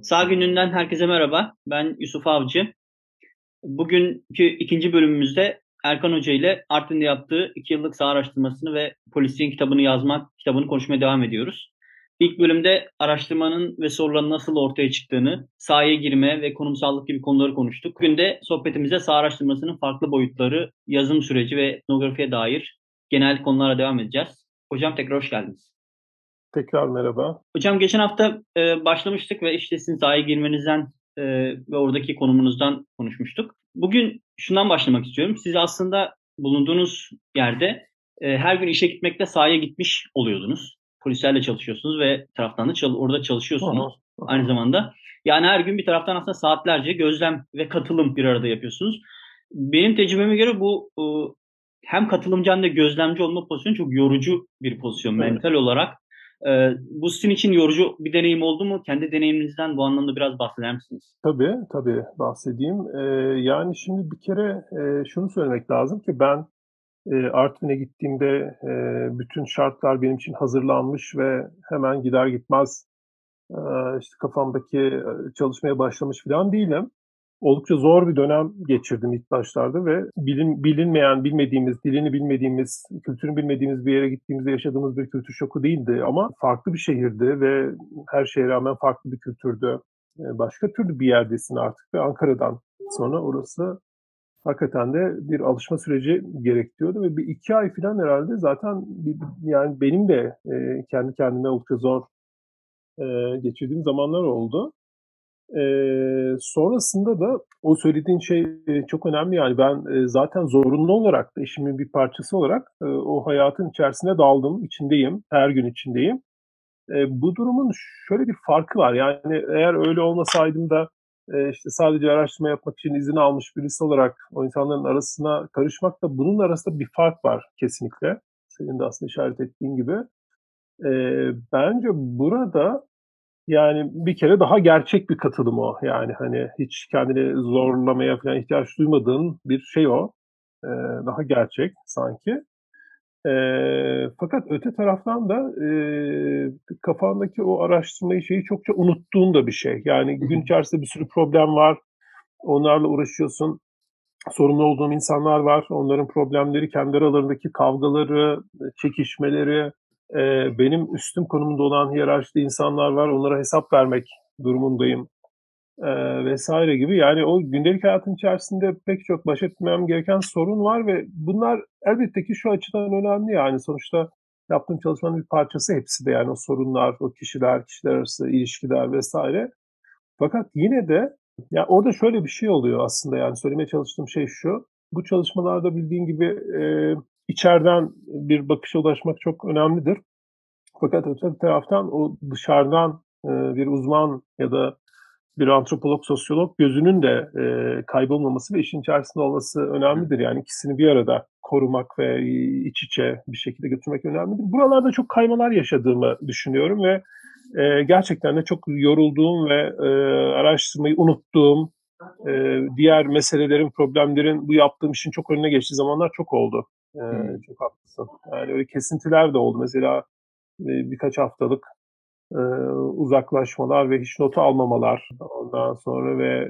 Sağ Günü'nden herkese merhaba. Ben Yusuf Avcı. Bugünkü ikinci bölümümüzde Erkan Hoca ile Artvin'de yaptığı 2 yıllık saha araştırmasını ve polisiye kitabını konuşmaya devam ediyoruz. İlk bölümde araştırmanın ve soruların nasıl ortaya çıktığını, sahaya girme ve konumsallık gibi konuları konuştuk. Bugün de sohbetimize saha araştırmasının farklı boyutları, yazım süreci ve etnografiye dair genel konulara devam edeceğiz. Hocam tekrar hoş geldiniz. Tekrar merhaba. Hocam geçen hafta başlamıştık ve işte sizin sahaya girmenizden ve oradaki konumunuzdan konuşmuştuk. Bugün şundan başlamak istiyorum. Siz aslında bulunduğunuz yerde her gün işe gitmekle sahaya gitmiş oluyordunuz. Polislerle çalışıyorsunuz ve bir taraftan da orada Hı hı, çalışıyorsunuz hı aynı hı. zamanda. Yani her gün bir taraftan aslında saatlerce gözlem ve katılım bir arada yapıyorsunuz. Benim tecrübeme göre bu hem katılımcı hem de gözlemci olma pozisyonu çok yorucu bir pozisyon Evet. mental olarak. Bu sizin için yorucu bir deneyim oldu mu? Kendi deneyiminizden bu anlamda biraz bahseder misiniz? Tabii bahsedeyim. Yani şimdi bir kere şunu söylemek lazım ki ben Artvin'e gittiğimde bütün şartlar benim için hazırlanmış ve hemen gider gitmez işte kafamdaki çalışmaya başlamış falan değilim. Oldukça zor bir dönem geçirdim ilk başlarda ve bilinmeyen, bilmediğimiz, dilini bilmediğimiz, kültürünü bilmediğimiz bir yere gittiğimizde yaşadığımız bir kültür şoku değildi ama farklı bir şehirdi ve her şeye rağmen farklı bir kültürdü. Başka türlü bir yerdesin artık ve Ankara'dan sonra orası hakikaten de bir alışma süreci gerektiriyordu ve bir 2 ay falan herhalde zaten yani benim de kendi kendime oldukça zor geçirdiğim zamanlar oldu. Sonrasında da o söylediğin şey çok önemli. Yani ben zaten zorunlu olarak da işimin bir parçası olarak o hayatın içerisine daldım, içindeyim, her gün içindeyim. Bu durumun şöyle bir farkı var. Yani eğer öyle olmasaydım da işte sadece araştırma yapmak için izin almış birisi olarak o insanların arasına karışmakla bunun arasında bir fark var kesinlikle. Senin de aslında işaret ettiğin gibi. Bence burada yani bir kere daha gerçek bir katılım o. Yani, hani, hiç kendini zorlamaya falan ihtiyaç duymadığın bir şey o. Eee, Daha gerçek sanki. Fakat öte taraftan da, kafandaki o araştırmayı, şeyi çokça unuttuğun da bir şey. Yani Hı gün hı. içerisinde bir sürü problem var, onlarla uğraşıyorsun. Sorumlu olduğun insanlar var, onların problemleri, kendi aralarındaki kavgaları, çekişmeleri, benim üstüm konumunda olan hiyerarşide insanlar var, onlara hesap vermek durumundayım, vs. gibi. Yani o gündelik hayatın içerisinde pek çok baş etmem gereken sorun var ve bunlar elbette ki şu açıdan önemli, yani sonuçta yaptığım çalışmanın bir parçası hepsi de, yani o sorunlar, o kişiler, kişiler arası ilişkiler vs. Fakat yine de ya orada şöyle bir şey oluyor aslında, yani söylemeye çalıştığım şey şu: bu çalışmalarda bildiğin gibi içeriden bir bakışa ulaşmak çok önemlidir. Fakat öte taraftan o dışarıdan bir uzman ya da bir antropolog, sosyolog gözünün de kaybolmaması ve işin içerisinde olması önemlidir. Yani ikisini bir arada korumak ve iç içe bir şekilde götürmek önemlidir. Buralarda çok kaymalar yaşadığımı düşünüyorum ve gerçekten de çok yorulduğum ve araştırmayı unuttuğum, diğer meselelerin, problemlerin bu yaptığım işin çok önüne geçtiği zamanlar çok oldu. Hmm. Çok haklısın. Yani öyle kesintiler de oldu. Mesela birkaç haftalık uzaklaşmalar ve hiç notu almamalar. Ondan sonra ve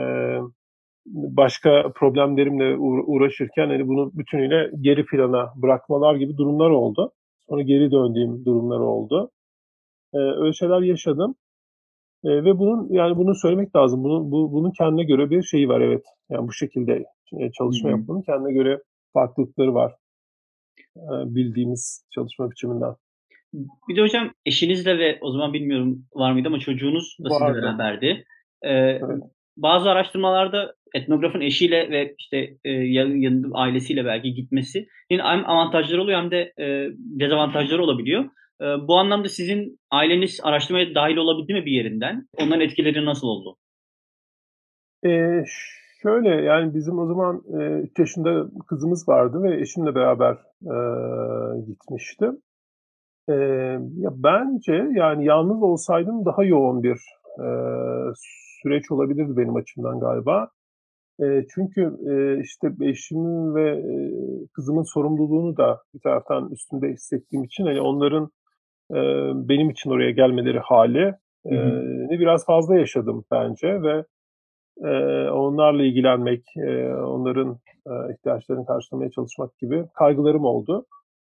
başka problemlerimle uğraşırken hani bunu bütünüyle geri plana bırakmalar gibi durumlar oldu. Sonra geri döndüğüm durumlar oldu. Öyle şeyler yaşadım. Ve bunu söylemek lazım. Bunun kendine göre bir şeyi var, evet. Yani bu şekilde Hı çalışma hı. yapmanın kendine göre farklılıkları var bildiğimiz çalışma biçiminden. Bir de hocam eşinizle ve o zaman bilmiyorum var mıydı ama çocuğunuz da sizle Vardı. beraberdi. Eee, Evet. Bazı araştırmalarda etnografın eşiyle ve işte yanında ailesiyle belki gitmesi hem avantajları oluyor hem de dezavantajları olabiliyor. Bu anlamda sizin aileniz araştırmaya dahil olabildi mi bir yerinden? Onların etkileri nasıl oldu? Eee, Şöyle, yani, bizim o zaman 3 yaşında kızımız vardı ve eşimle beraber gitmiştim. Ya, bence, yani, yalnız olsaydım daha yoğun bir süreç olabilirdi benim açımdan galiba. Çünkü işte, eşimin ve kızımın sorumluluğunu da bir taraftan üstümde hissettiğim için, hani, onların benim için oraya gelmeleri hâli. Hı hı. ni biraz fazla yaşadım bence ve onlarla ilgilenmek, onların ihtiyaçlarını karşılamaya çalışmak gibi kaygılarım oldu.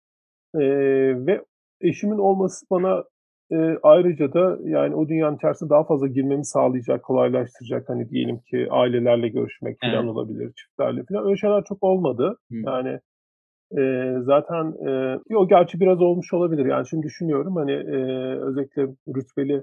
Ve eşimin olması bana, ayrıca da, yani, o dünyanın içerisine daha fazla girmemi sağlayacak, kolaylaştıracak, hani, diyelim ki ailelerle görüşmek filan Evet. olabilir, çiftlerle filan. Öyle şeyler çok olmadı. Hımm. Yani, zaten, yo, gerçi biraz olmuş olabilir. Yani, şimdi düşünüyorum, hani, özellikle rütbeli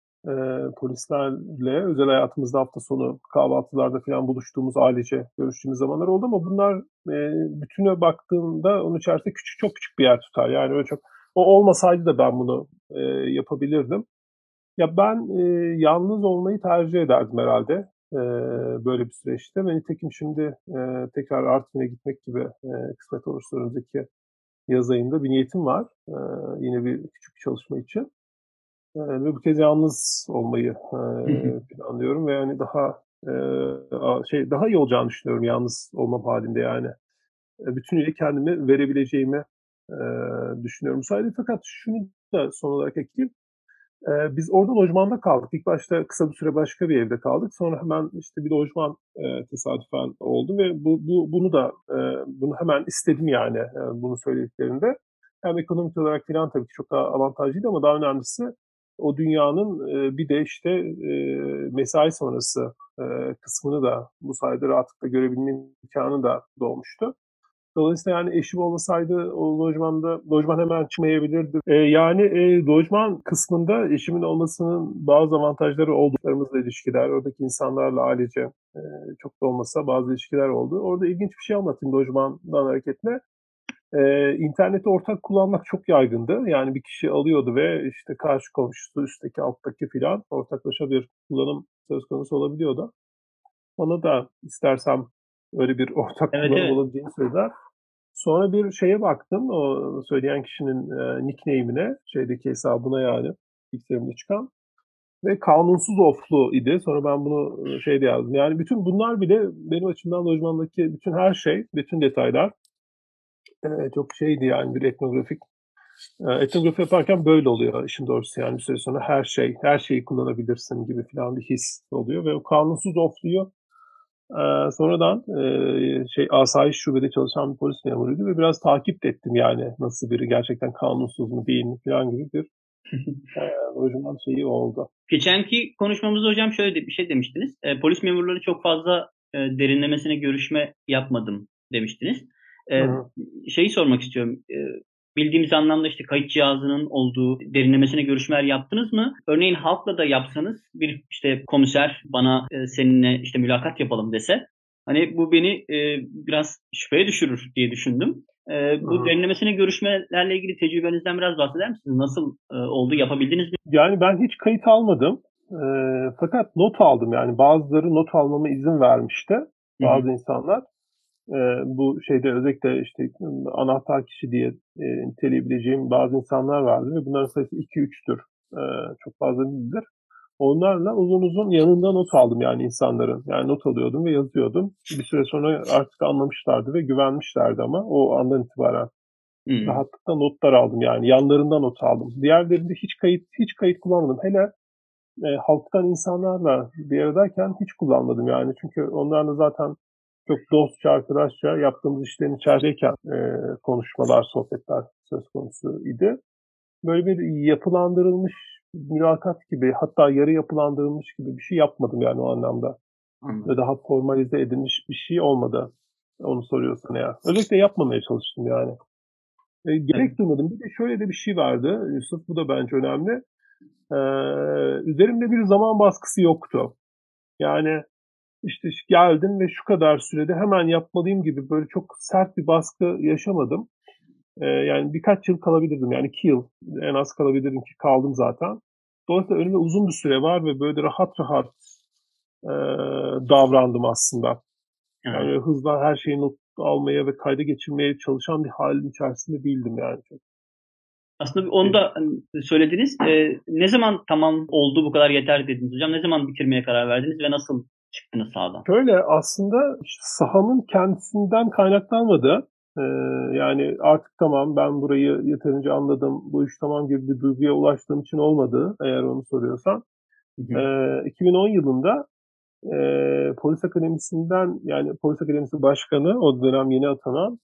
polislerle özel hayatımızda hafta sonu kahvaltılarda filan buluştuğumuz, ailece görüştüğümüz zamanlar oldu ama bunlar, bütüne baktığımda onun içerisinde küçük, çok küçük bir yer tutar. Yani öyle çok o olmasaydı da ben bunu, yapabilirdim. Ya, ben, yalnız olmayı tercih ederdim herhâlde, böyle bir süreçte ve nitekim şimdi, tekrar Artvin'e gitmek gibi, kısmet olursa önümüzdeki yaz ayında bir niyetim var, yine bir küçük bir çalışma için. Ve bu kez yalnız olmayı, planlıyorum ve, hani, daha, daha iyi olacağını düşünüyorum yalnız olmam hâlinde yani. Bütünüyle kendimi verebileceğimi, düşünüyorum bu sayede. Fakat şunu da son olarak ekleyeyim. Biz orada lojmanda kaldık. İlk başta kısa bir süre başka bir evde kaldık. Sonra hemen, işte, bir lojman, tesadüfen oldu ve bunu hemen istedim yani, bunu söylediklerinde. Hem ekonomik olarak filan tabii ki çok daha avantajlıydı ama daha önemlisi o dünyanın, bir de, işte, mesai sonrası, kısmını da bu sayede rahatlıkla görebilme imkânı da doğmuştu. Dolayısıyla, yani, eşim olmasaydı o lojman hemen çıkmayabilirdi. Yani, lojman kısmında eşimin olmasının bazı avantajları oldu. Çocuklarımızla ilişkiler, oradaki insanlarla ailece, çok da olmasa bazı ilişkiler oldu. Orada ilginç bir şey anlatayım lojmandan hareketle. İnterneti ortak kullanmak çok yaygındı. Yani, bir kişi alıyordu ve, işte, karşı komşusu, üstteki, alttaki filan ortaklaşa bir kullanım söz konusu olabiliyordu. Bana da istersem öyle bir ortak Evet, kullanım evet. olabileceğini söylediler. Sonra bir şeye baktım, o söyleyen kişinin, nickname'ine, şeydeki hesabına yani, bilgisayarımda çıkan ve kanunsuz oflu idi. Sonra ben bunu, şeyde yazdım. Yani bütün bunlar bile benim açımdan lojmandaki bütün her şey, bütün detaylar, çok şeydi yani bir etnografik. Etnografi yaparken böyle oluyor işin doğrusu yani bir süre sonra her şeyi kullanabilirsin gibi filan bir his oluyor ve o kanunsuz ofluyu sonradan, asayiş şubede çalışan bir polis memuruydu ve biraz takip de ettim yani nasıl biri, gerçekten kanunsuz mu değil mi filan gibi bir, lojman şeyi oldu. Geçenki konuşmamızda hocam şöyle bir şey demiştiniz. Polis memurları çok fazla, derinlemesine görüşme yapmadım demiştiniz. Hı Eee, hı. şeyi sormak istiyorum. Bildiğimiz anlamda, işte, kayıt cihazının olduğu derinlemesine görüşmeler yaptınız mı? Örneğin halkla da yapsanız bir, işte, komiser bana, seninle, işte, mülakat yapalım dese, hani, bu beni, biraz şüpheye düşürür diye düşündüm. Hı Bu hı. derinlemesine görüşmelerle ilgili tecrübenizden biraz bahseder misiniz? Nasıl, oldu? Yapabildiniz mi? Yani ben hiç kayıt almadım, fakat not aldım yani bazıları not almama izin vermişti, Hı hı. bazı insanlar. Bu şeyde özellikle, işte, anahtar kişi diye, niteleyebileceğim bazı insanlar vardı ve bunların sayısı 2-3'tür. Çok fazla değildir. Onlarla uzun uzun yanında not aldım yani insanların. Yani not alıyordum ve yazıyordum. Bir süre sonra artık anlamışlardı ve güvenmişlerdi ama o andan itibaren Hımm. rahatlıkla notlar aldım yani yanlarında not aldım. Diğerlerinde hiç kayıt kullanmadım. Hele, halktan insanlarla bir aradayken hiç kullanmadım yani. Çünkü onlarla zaten çok dostça, arkadaşça yaptığımız işlerin içerideyken, konuşmalar, sohbetler söz konusu idi. Böyle bir yapılandırılmış mülakat gibi, hatta yarı yapılandırılmış gibi bir şey yapmadım yani o anlamda. Ve Anladım. daha formalize edilmiş bir şey olmadı, onu soruyorsan eğer. Özellikle yapmamaya çalıştım yani. Tabii. Gerek duymadım. Bir de şöyle de bir şey vardı Yusuf, bu da bence önemli. Üzerimde bir zaman baskısı yoktu. Yani, işte, geldim ve şu kadar sürede hemen yapmalıyım gibi böyle çok sert bir baskı yaşamadım. Yani birkaç yıl kalabilirdim. Yani 2 yıl en az kalabilirdim ki kaldım zaten. Dolayısıyla önümde uzun bir süre var ve böyle rahat rahat, davrandım aslında. Yani Evet. öyle hızla her şeyi not almaya ve kayda geçirmeye çalışan bir hâlin içerisinde değildim yani çok. Aslında onu da, hani, söylediniz. Ne zaman "Tamam, oldu, bu kadar yeter." dediniz hocam? Ne zaman bitirmeye karar verdiniz ve nasıl çıktınız sahadan? Şöyle aslında sahanın kendisinden kaynaklanmadı. Yani artık tamam, ben burayı yeterince anladım, bu iş tamam gibi bir duyguya ulaştığım için olmadı, eğer onu soruyorsan. Hı hı. 2010 yılında Polis Akademisi'nden, yani Polis Akademisi Başkanı, o dönem yeni atanan,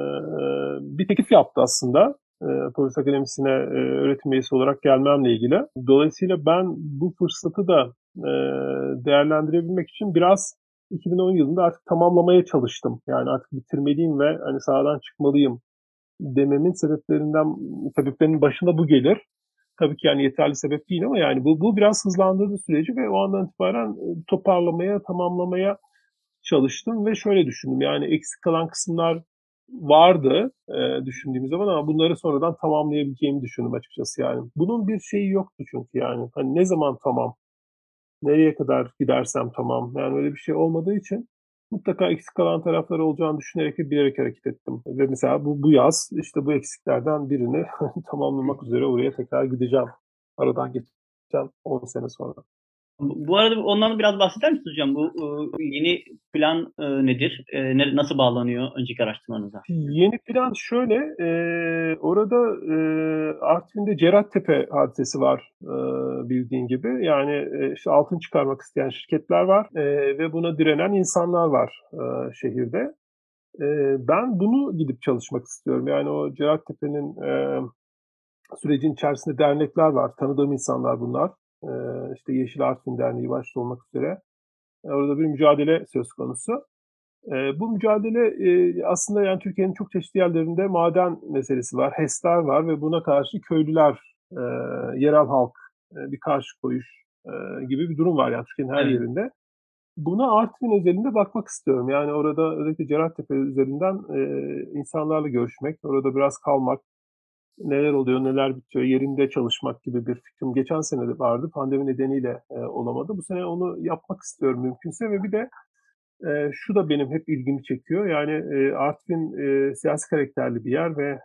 bir teklif yaptı aslında. Polis Akademisi'ne öğretim üyesi olarak gelmemle ilgili. Dolayısıyla ben bu fırsatı da değerlendirebilmek için biraz 2010 yılında artık tamamlamaya çalıştım. Yani artık bitirmeliyim ve hani sahadan çıkmalıyım dememin sebeplerinin başında bu gelir. Tabii ki yani yeterli sebep değil ama yani bu biraz hızlandırdı süreci ve o andan itibaren toparlamaya, tamamlamaya çalıştım ve şöyle düşündüm. Yani eksik kalan kısımlar vardı düşündüğüm zaman, ama bunları sonradan tamamlayabileceğimi düşündüm açıkçası yani. Bunun bir şeyi yoktu çünkü yani. Hani ne zaman tamam, nereye kadar gidersem tamam. Yani öyle bir şey olmadığı için mutlaka eksik kalan tarafları olacağını düşünerek ve bilerek hareket ettim. Ve mesela bu yaz işte bu eksiklerden birini tamamlamak üzere oraya tekrar gideceğim. Aradan geçeceğim 10 sene sonra. Bu arada ondan da biraz bahseder misiniz hocam? Bu yeni plan nedir? Nasıl bağlanıyor önceki araştırmanıza? Yeni plan şöyle, orada Artvin'de Cerattepe hadisesi var, bildiğin gibi. Yani işte altın çıkarmak isteyen şirketler var ve buna direnen insanlar var şehirde. Ben bunu gidip çalışmak istiyorum. Yani o Cerattepe'nin sürecin içerisinde dernekler var. Tanıdığım insanlar bunlar. İşte Yeşil Artvin Derneği başta olmak üzere. Orada bir mücadele söz konusu. Bu mücadele aslında yani Türkiye'nin çok çeşitli yerlerinde maden meselesi var, HES'ler var ve buna karşı köylüler, e, yerel halk bir karşı koyuş gibi bir durum var yani Türkiye'nin her Evet. yerinde. Buna Artvin özelinde bakmak istiyorum. Yani orada özellikle Cerattepe üzerinden insanlarla görüşmek, orada biraz kalmak, neler oluyor, neler bitiyor, yerinde çalışmak gibi bir fikrim geçen sene de vardı. Pandemi nedeniyle olamadı. Bu sene onu yapmak istiyorum mümkünse ve bir de şu da benim hep ilgimi çekiyor. Yani Artvin siyasi karakterli bir yer ve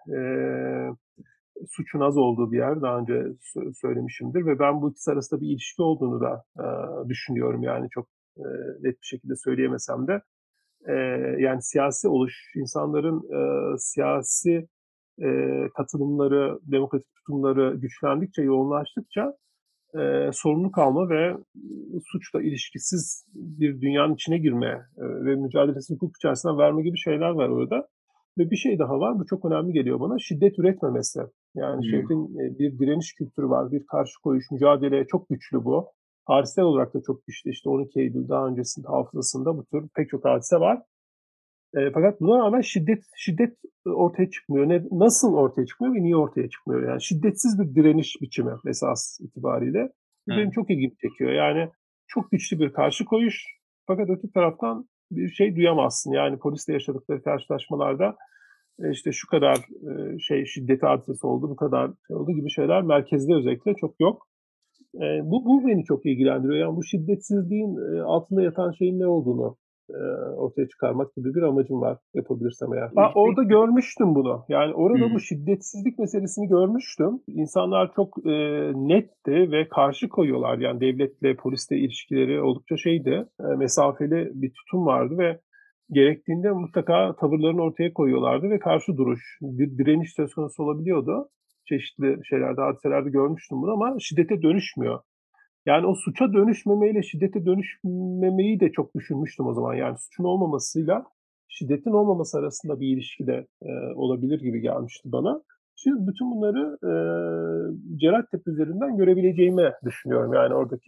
suçun az olduğu bir yer. Daha önce söylemişimdir ve ben bu ikisi arasında bir ilişki olduğunu da düşünüyorum. Yani çok net bir şekilde söyleyemesem de. E, Yani siyasi oluş, insanların siyasi katılımları, demokratik tutumları güçlendikçe, yoğunlaştıkça sorumluluk alma ve suçla ilişkisiz bir dünyanın içine girme ve mücadelesini hukuk içerisinden verme gibi şeyler var orada. Ve bir şey daha var, bu çok önemli geliyor bana, şiddet üretmemesi. Yani Hmm. şehrin bir direniş kültürü var, bir karşı koyuş, mücadele çok güçlü bu. Hadisel olarak da çok güçlü. İşte 12 Eylül daha öncesinde hafızasında bu tür pek çok hadise var. Fakat buna rağmen şiddet ortaya çıkmıyor. Nasıl ortaya çıkmıyor ve niye ortaya çıkmıyor? Yani şiddetsiz bir direniş biçimi esas itibariyle. Bu benim Evet. çok ilgimi çekiyor. Yani çok güçlü bir karşı koyuş, fakat öte taraftan bir şey duyamazsın. Yani polisle yaşadıkları karşılaşmalarda işte şu kadar şiddet hadisesi oldu, bu kadar şey oldu gibi şeyler merkezde özellikle çok yok. Bu beni çok ilgilendiriyor. Yani bu şiddetsizliğin altında yatan şeyin ne olduğunu ortaya çıkarmak gibi bir amacım var, yapabilirsem eğer. Orada görmüştüm bunu. Yani orada bu Hmm. şiddetsizlik meselesini görmüştüm. İnsanlar çok netti ve karşı koyuyorlar. Yani devletle, polisle ilişkileri oldukça mesafeli bir tutum vardı ve gerektiğinde mutlaka tavırlarını ortaya koyuyorlardı ve karşı duruş, bir direniş söz konusu olabiliyordu. Çeşitli şeylerde, hadiselerde görmüştüm bunu, ama şiddete dönüşmüyor. Yani o suça dönüşmemeyle şiddete dönüşmemeyi de çok düşünmüştüm o zaman. Yani suçun olmamasıyla şiddetin olmaması arasında bir ilişki de olabilir gibi gelmişti bana. Şimdi bütün bunları Cerattepe üzerinden görebileceğimi düşünüyorum. Yani oradaki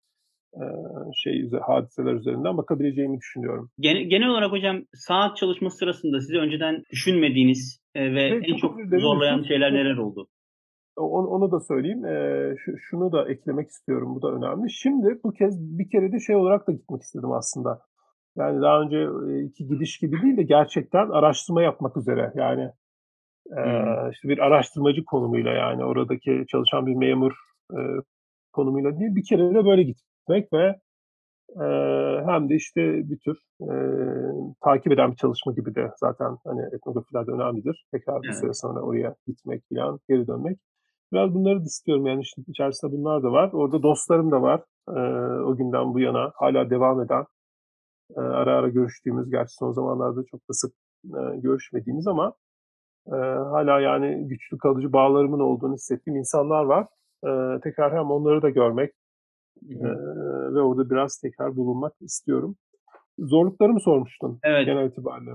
hadiseler üzerinden bakabileceğimi düşünüyorum. Genel olarak hocam saat çalışması sırasında sizi önceden düşünmediğiniz ve Ve en çok çok özür dilerim zorlayan Yusuf. şeyler neler oldu? Onu da söyleyeyim. Şunu da eklemek istiyorum. Bu da önemli. Şimdi bu kez bir kere de şey olarak da gitmek istedim aslında. Yani daha önceki gidiş gibi değil de gerçekten araştırma yapmak üzere. Yani Hmm. işte bir araştırmacı konumuyla, yani oradaki çalışan bir memur e, konumuyla değil, bir kere de böyle gitmek ve e, hem de işte bir tür takip eden bir çalışma gibi de, zaten hani etnografilerde önemlidir. Tekrar bir Evet. süre sonra oraya gitmek falan, geri dönmek. Biraz bunları da istiyorum, yani işin içerisinde bunlar da var. Orada dostlarım da var. O günden bu yana hala devam eden, ara ara görüştüğümüz, gerçi son zamanlarda çok da sık görüşmediğimiz ama hâlâ yani güçlü kalıcı bağlarımın olduğunu hissettiğim insanlar var. Tekrar hem onları da görmek, Hı eee, hı. ve orada biraz tekrar bulunmak istiyorum. Zorluklarımı sormuştun Evet. genel itibariyle.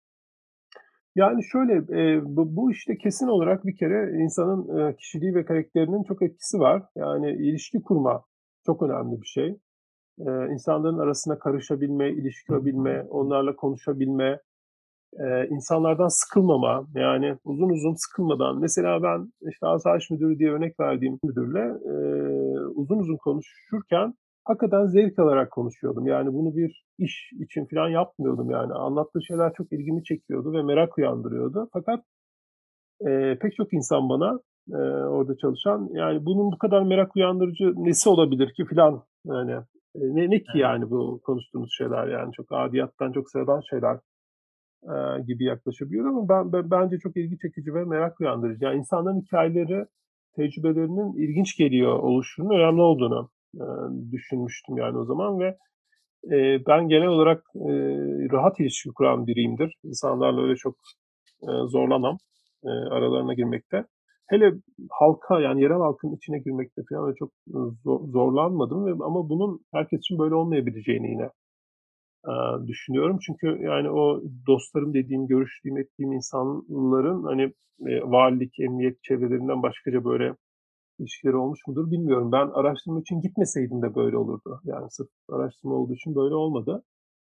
Yani şöyle, bu işte kesin olarak bir kere insanın, kişiliği ve karakterinin çok etkisi var. Yani ilişki kurma çok önemli bir şey. İnsanların arasına karışabilme, ilişki kurabilme, onlarla konuşabilme, insanlardan sıkılmama, yani uzun uzun sıkılmadan. Mesela ben, işte, asayiş müdürü diye örnek verdiğim müdürle, uzun uzun konuşurken hakikaten zevk alarak konuşuyordum. Yani bunu bir iş için filan yapmıyordum yani. Anlattığı şeyler çok ilgimi çekiyordu ve merak uyandırıyordu. Fakat, pek çok insan bana, orada çalışan, yani, "Bunun bu kadar merak uyandırıcı nesi olabilir ki?" filan, yani, "Ne ki Evet. yani bu konuştuğumuz şeyler?" yani, çok adiyattan, çok sıradan şeyler gibi yaklaşabiliyor ama bence çok ilgi çekici ve merak uyandırıcı. Yani insanların hikâyeleri, tecrübelerinin ilginç geliyor oluşunun önemli olduğunu, düşünmüştüm yani o zaman ve, ben genel olarak, rahat ilişki kuran biriyimdir. İnsanlarla öyle çok, zorlamam, aralarına girmekte. Hele halka, yani yerel halkın içine girmekte falan öyle çok, zorlanmadım ama bunun herkes için böyle olmayabileceğini yine düşünüyorum. Çünkü yani o dostlarım dediğim, görüştüğüm, ettiğim insanların hani, valilik, emniyet çevrelerinden başkaca böyle ilişkileri olmuş mudur bilmiyorum. Ben araştırma için gitmeseydim de böyle olurdu. Yani sırf araştırma olduğu için böyle olmadı.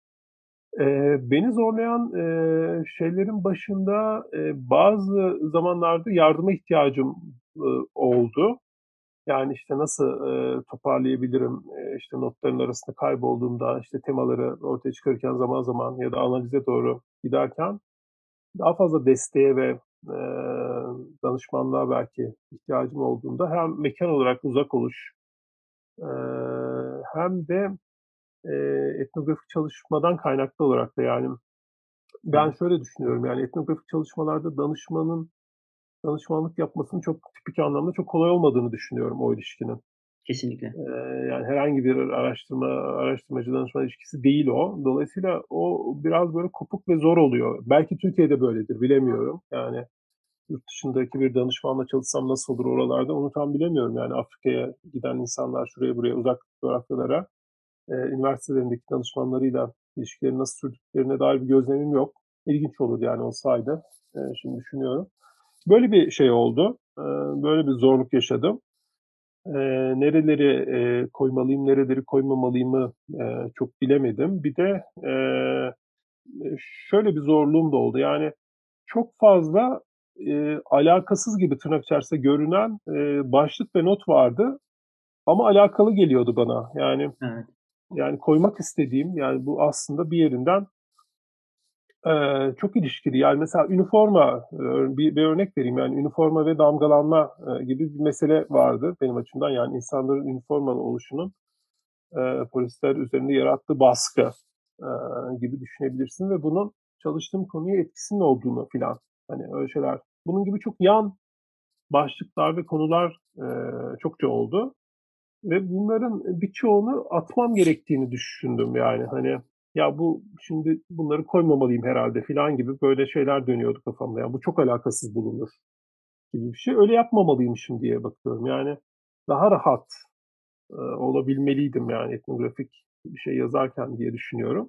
Beni zorlayan, şeylerin başında, bazı zamanlarda yardıma ihtiyacım, oldu. Yani, işte, nasıl, toparlayabilirim, işte, notların arasında kaybolduğumda, işte, temaları ortaya çıkarırken zaman zaman ya da analize doğru giderken daha fazla desteğe ve, danışmanlığa belki ihtiyacım olduğunda hem mekân olarak uzak oluş, hem de, etnografik çalışmadan kaynaklı olarak da, yani, ben Evet. şöyle düşünüyorum, yani, etnografik çalışmalarda danışmanlık yapmasının çok tipik anlamda çok kolay olmadığını düşünüyorum o ilişkinin. Kesinlikle. Yani herhangi bir araştırmacı danışman ilişkisi değil o. Dolayısıyla o biraz böyle kopuk ve zor oluyor. Belki Türkiye'de böyledir, bilemiyorum. Yani yurt dışındaki bir danışmanla çalışsam nasıl olur oralarda onu tam bilemiyorum. Yani Afrika'ya giden insanlar şuraya buraya uzak coğrafyalara, üniversitelerindeki danışmanlarıyla ilişkileri nasıl sürdüklerine dair bir gözlemim yok. İlginç olur yani olsaydı, şimdi düşünüyorum. Böyle bir şey oldu. Böyle bir zorluk yaşadım. Nereleri, koymalıyım, nereleri koymamalıyımı, çok bilemedim. Bir de, şöyle bir zorluğum da oldu. Yani çok fazla, alakasız gibi tırnak içerisinde görünen, başlık ve not vardı ama alakalı geliyordu bana. Evet. Yani koymak istediğim, yani bu aslında bir yerinden, çok ilişkili. Yani mesela üniforma, bir örnek vereyim. Yani üniforma ve damgalanma, gibi bir mesele vardı benim açımdan. Yani insanların üniformalı oluşunun polisler üzerinde yarattığı baskı, gibi düşünebilirsin ve bunun çalıştığım konuya etkisinin olduğunu filan, hani, öyle şeyler. Bunun gibi çok yan başlıklar ve konular, çokça oldu ve bunların birçoğunu atmam gerektiğini düşündüm yani. Hani, ya, şimdi bunları koymamalıyım herhâlde filan gibi böyle şeyler dönüyordu kafamda. Ya, bu çok alakasız bulunur gibi bir şey. Öyle yapmamalıymışım diye bakıyorum. Yani daha rahat, olabilmeliydim yani etnografik bir şey yazarken diye düşünüyorum.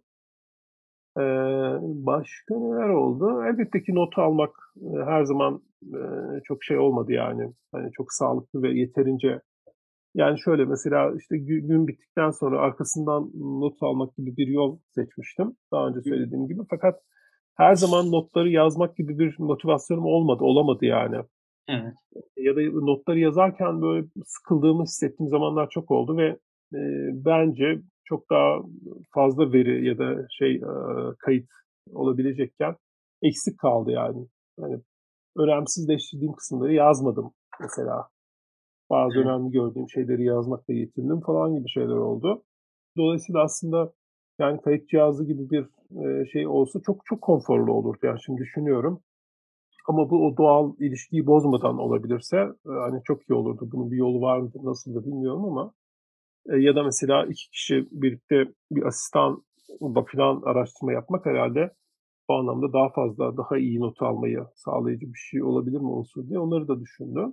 Başka neler oldu? Elbette ki not almak, her zaman, çok şey olmadı yani. Hani, çok sağlıklı ve yeterince yani şöyle mesela, işte, gün bittikten sonra arkasından not almak gibi bir yol seçmiştim daha önce Hı hı. söylediğim gibi. Fakat her zaman notları yazmak gibi bir motivasyonum olamadı yani. Evet. Ya da notları yazarken böyle sıkıldığımı hissettiğim zamanlar çok oldu ve, bence çok daha fazla veri ya da kayıt olabilecekken eksik kaldı yani. Hani, önemsizleştirdiğim kısımları yazmadım mesela. Bazı Evet. önemli gördüğüm şeyleri yazmakla yetindim falan gibi şeyler oldu. Dolayısıyla aslında, yani, kayıt cihazı gibi bir, şey olsa çok çok konforlu olurdu. Yani, şimdi düşünüyorum. Ama bu o doğal ilişkiyi bozmadan olabilirse, hani, çok iyi olurdu. Bunun bir yolu var mıdır, nasıldır bilmiyorum ama, ya da mesela 2 kişi birlikte bir asistanla filan araştırma yapmak herhâlde, bu anlamda daha fazla, daha iyi not almayı sağlayıcı bir şey olabilir mi unsur diye onları da düşündüm.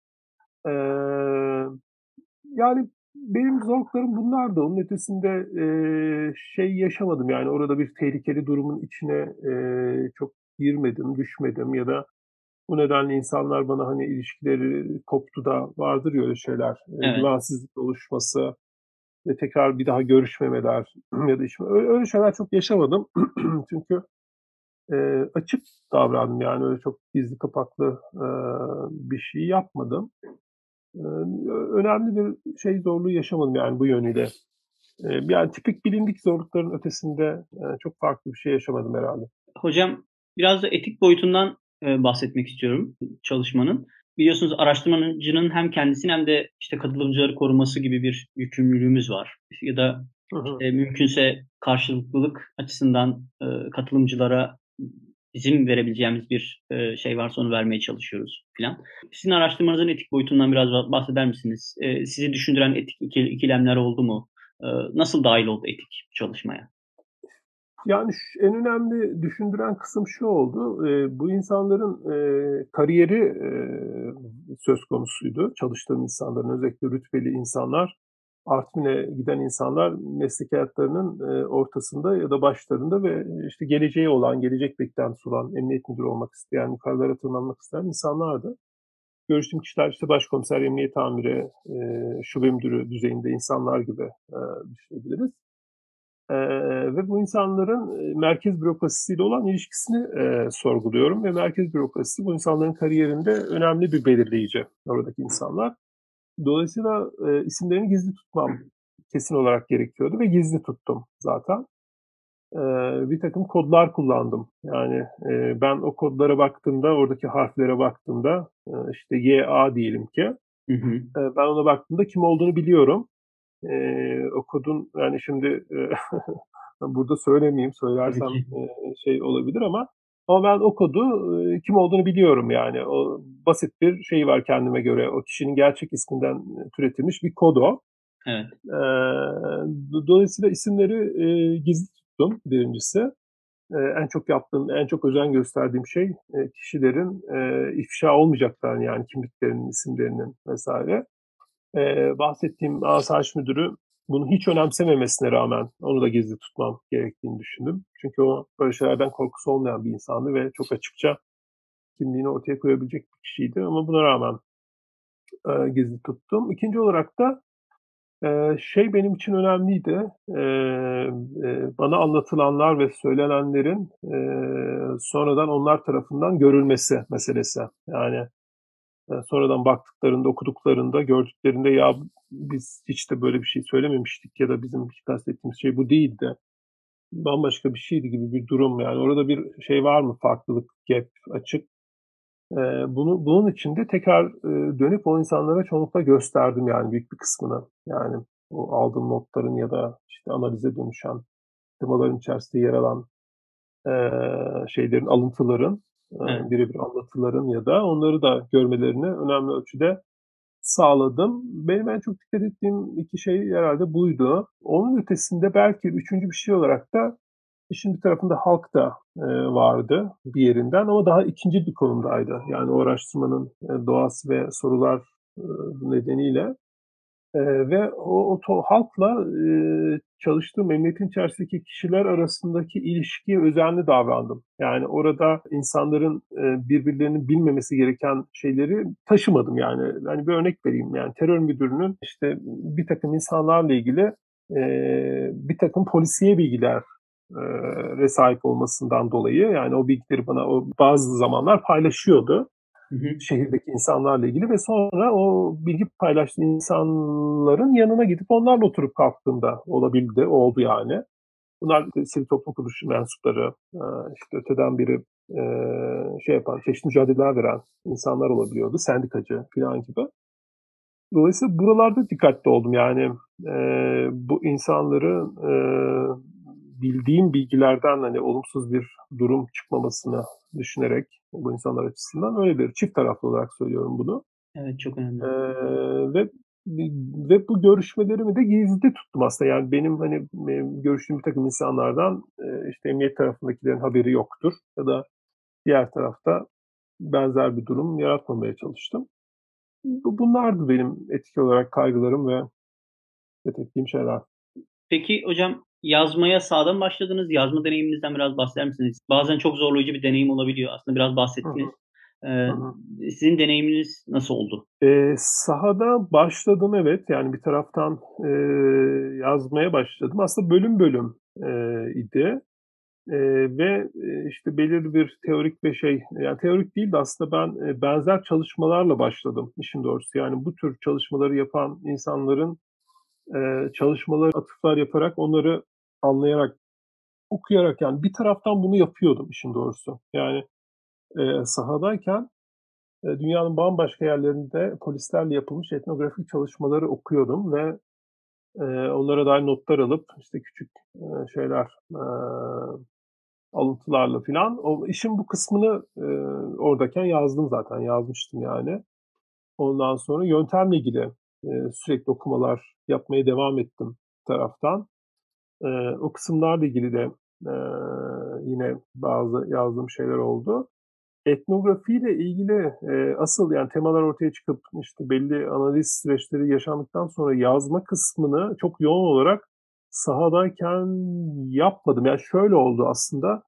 Eee, Yani benim zorluklarım bunlardı. Onun ötesinde, şey yaşamadım, yani orada bir tehlikeli durumun içine, çok girmedim, düşmedim ya da bu nedenle insanlar bana, hani, ilişkileri koptu da vardır ya öyle şeyler, Evet. güvensizlik oluşması ve tekrar bir daha görüşmemeler ya da öyle şeyler çok yaşamadım. Çünkü, açık davrandım, yani öyle çok gizli kapaklı, bir şey yapmadım. Önemli bir şey zorluğu yaşamadım yani bu yönüyle. Yani tipik bilindik zorlukların ötesinde, çok farklı bir şey yaşamadım herhâlde. Hocam, biraz da etik boyutundan, bahsetmek istiyorum çalışmanın. Biliyorsunuz araştırmacının hem kendisini hem de, işte, katılımcıları koruması gibi bir yükümlülüğümüz var. Ya da, Hı hı. mümkünse karşılıklılık açısından, katılımcılara bizim verebileceğimiz bir, şey varsa onu vermeye çalışıyoruz filan. Sizin araştırmanızın etik boyutundan biraz bahseder misiniz? Sizi düşündüren etik ikilemler oldu mu? Nasıl dâhil oldu etik çalışmaya? Yani en önemli düşündüren kısım şu oldu: bu insanların, kariyeri, söz konusuydu. Çalıştığım insanların, özellikle rütbeli insanlar, Artvin'e giden insanlar meslek hayatlarının, ortasında ya da başlarında ve, işte, geleceği olan, gelecek beklentisi olan, emniyet müdürü olmak isteyen, yukarılara tırmanmak isteyen insanlardı. Görüştüğüm kişiler, işte, başkomiser, emniyet amiri, şube müdürü düzeyinde insanlar gibi, düşünebiliriz. Ve bu insanların, merkez bürokrasisiyle olan ilişkisini, sorguluyorum ve merkez bürokrasisi bu insanların kariyerinde önemli bir belirleyici, oradaki insanlar. Dolayısıyla, isimlerini gizli tutmam kesin olarak gerekiyordu ve gizli tuttum zaten. Birtakım kodlar kullandım. Yani, ben o kodlara baktığımda, oradaki harflere baktığımda, işte, YA diyelim ki, Hı hı. ben ona baktığımda kim olduğunu biliyorum. O kodun, yani, şimdi, burada söylemeyeyim, Tabii söylersem, ki. şey olabilir ama ben o kodu, kim olduğunu biliyorum yani. O basit bir şeyi var kendime göre. O kişinin gerçek isminden, türetilmiş bir kod o. Evet. Dolayısıyla isimleri, gizli tuttum birincisi. En çok yaptığım, en çok özen gösterdiğim şey, kişilerin, ifşa olmayacaklarını, yani kimliklerinin, isimlerinin vs. Bahsettiğim asayiş müdürü bunu hiç önemsememesine rağmen onu da gizli tutmam gerektiğini düşündüm. Çünkü o böyle şeylerden korkusu olmayan bir insandı ve çok açıkça kimliğini ortaya koyabilecek bir kişiydi ama buna rağmen, gizli tuttum. İkinci olarak da, şey benim için önemliydi. Bana anlatılanlar ve söylenenlerin, sonradan onlar tarafından görülmesi meselesi. Yani, sonradan baktıklarında, okuduklarında, gördüklerinde "Ya, biz hiç de böyle bir şey söylememiştik." ya da "Bizim hiç kastettiğimiz şey bu değildi. Bambaşka bir şeydi." gibi bir durum. Yani orada bir şey var mı? Farklılık, gap, açık. Bunun için de tekrar, dönüp o insanlara çoğunlukla gösterdim yani büyük bir kısmını. Yani o aldığım notların ya da, işte, analize dönüşen temaların içerisinde yer alan, şeylerin, alıntıların, Evet. bire bir anlatıların ya da onları da görmelerini önemli ölçüde sağladım. Benim en çok dikkat ettiğim 2 şey herhâlde buydu. Onun ötesinde belki üçüncü bir şey olarak da işin bir tarafında halk da, vardı bir yerinden ama daha ikincil bir konumdaydı. Yani o araştırmanın, doğası ve sorular, nedeniyle. Ve o halkla, çalıştığım emniyetin içerisindeki kişiler arasındaki ilişkiye özenli davrandım. Yani orada insanların, birbirlerinin bilmemesi gereken şeyleri taşımadım yani. Hani, bir örnek vereyim, yani terör müdürünün, işte, birtakım insanlarla ilgili, birtakım polisiye bilgiler sahip olmasından dolayı, yani o bilgileri bana o bazı zamanlar paylaşıyordu Hı hı. şehirdeki insanlarla ilgili ve sonra o bilgi paylaştığı insanların yanına gidip onlarla oturup kalktığımda olabildi, oldu yani. Bunlar sivil toplum kuruluşu mensupları, işte öteden beri, şey yapan, çeşitli mücadeleler veren insanlar olabiliyordu, sendikacı filan gibi. Dolayısıyla buralarda dikkatli oldum. Yani, bu insanları, bildiğim bilgilerden, hani, olumsuz bir durum çıkmamasını düşünerek bu insanlar açısından öyle bir çift taraflı olarak söylüyorum bunu. Evet, çok önemli. Ve Ve bu görüşmelerimi de gizli tuttum aslında. Yani benim, hani, görüştüğüm birtakım insanlardan, işte, emniyet tarafındakilerin haberi yoktur ya da diğer tarafta benzer bir durum yaratmamaya çalıştım. Bunlardı benim etik olarak kaygılarım ve dikkat ettiğim şeyler. Peki hocam, yazmaya sağdan başladınız. Yazma deneyiminizden biraz bahseder misiniz? Bazen çok zorlayıcı bir deneyim olabiliyor. Aslında biraz Hı hı. bahsettiniz. Hı Eee, hı. Sizin deneyiminiz nasıl oldu? Sahada başladım, evet. Yani bir taraftan, yazmaya başladım. Aslında bölüm bölüm, idi, ve, işte, belirli bir teorik ve yani teorik değil de aslında ben, benzer çalışmalarla başladım işin doğrusu. Yani bu tür çalışmaları yapan insanların, çalışmalara atıflar yaparak, onları anlayarak, okuyarak, yani bir taraftan bunu yapıyordum işin doğrusu. Yani, sahadayken, dünyanın bambaşka yerlerinde polislerle yapılmış etnografik çalışmaları okuyordum ve, onlara dair notlar alıp, işte, küçük, şeyler, alıntılarla filan o işin bu kısmını, oradayken yazdım zaten, yazmıştım yani. Ondan sonra yöntemle ilgili, sürekli okumalar yapmaya devam ettim bir taraftan. O kısımlarla ilgili de, eee, yine bazı yazdığım şeyler oldu. Etnografiyle ilgili, asıl yani temalar ortaya çıkıp, işte, belli analiz süreçleri yaşandıktan sonra yazma kısmını çok yoğun olarak sahadayken yapmadım. Yani şöyle oldu aslında,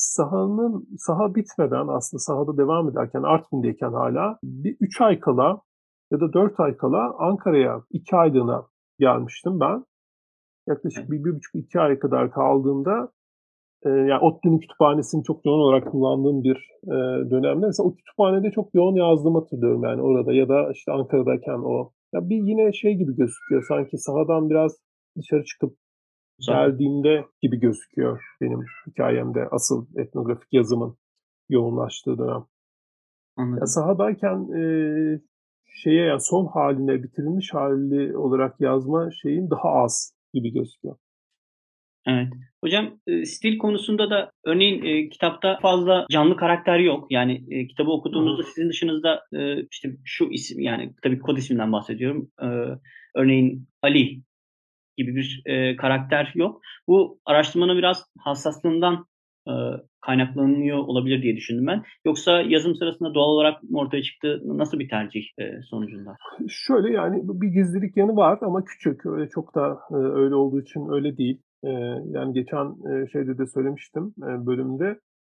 saha bitmeden aslında sahada devam ederken, Artvin'deyken hâlâ bir 3 ay kala ya da 4 ay kala Ankara'ya 2 aylığına gelmiştim ben. Yaklaşık Evet. 1,5-2 ay kadar kaldığımda, yani ODTÜ'nün kütüphanesini çok yoğun olarak kullandığım bir, dönemde mesela o kütüphanede çok yoğun yazdığımı hatırlıyorum yani orada ya da, işte, Ankara'dayken o. Ya, bir yine şey gibi gözüküyor sanki sahadan biraz dışarı çıkıp Uzak. geldiğimde gibi gözüküyor benim hikâyemde asıl etnografik yazımın yoğunlaştığı dönem. Ya, Anladım. sahadayken, şeye ya son hâline, bitirilmiş hâli olarak yazma şeyim daha az gibi gözüküyor. Evet. Hocam, stil konusunda da örneğin, kitapta fazla canlı karakter yok. Yani, kitabı Hı hı. okuduğumuzda sizin dışınızda, işte, şu isim, yani, tabii kod isminden bahsediyorum. Örneğin Ali gibi bir, karakter yok. Bu araştırmanın biraz hassaslığından, eee, kaynaklanıyor olabilir diye düşündüm ben. Yoksa yazım sırasında doğal olarak mı ortaya çıktı? Nasıl bir tercih, sonucunda? Şöyle, yani, bir gizlilik yanı var ama küçük. Öyle çok da, öyle olduğu için öyle değil. Yani, geçen, şeyde de söylemiştim, bölümde.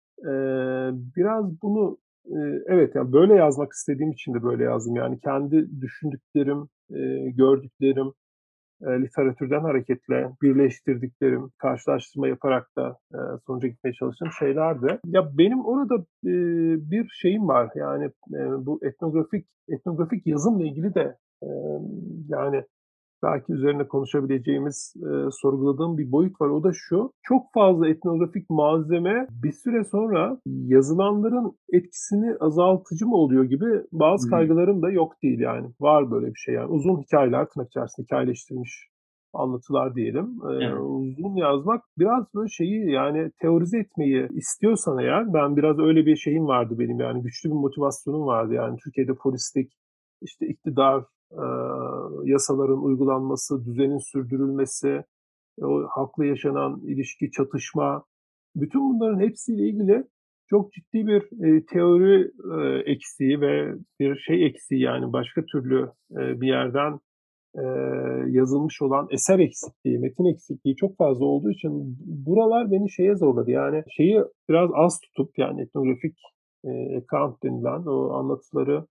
Biraz bunu, evet, yani, böyle yazmak istediğim için de böyle yazdım. Yani, kendi düşündüklerim, gördüklerim, literatürden hareketle birleştirdiklerim, karşılaştırma yaparak da, sonuca gitmeye çalıştığım şeylerdi. Ya, benim orada, bir şeyim var, yani, bu etnografik yazımla ilgili de, yani, belki üzerine konuşabileceğimiz, sorguladığım bir boyut var. O da şu: çok fazla etnografik malzeme bir süre sonra yazılanların etkisini azaltıcı mı oluyor gibi bazı Hımm. kaygılarım da yok değil yani. Var böyle bir şey yani. Uzun hikâyeler, tırnak içerisinde hikâyeleştirilmiş anlatılar diyelim. Evet. Uzun yazmak biraz böyle şeyi, yani, teorize etmeyi istiyorsan eğer, ben biraz öyle bir şeyim vardı benim yani, güçlü bir motivasyonum vardı yani. Türkiye'de polislik, işte, iktidar, yasaların uygulanması, düzenin sürdürülmesi, o halkla yaşanan ilişki, çatışma, bütün bunların hepsiyle ilgili çok ciddi bir, teori, eksiği ve bir şey eksiği, yani, başka türlü, bir yerden, yazılmış olan eser eksikliği, metin eksikliği çok fazla olduğu için buralar beni şeye zorladı, yani, şeyi biraz az tutup, yani, etnografik, account denilen o anlatıları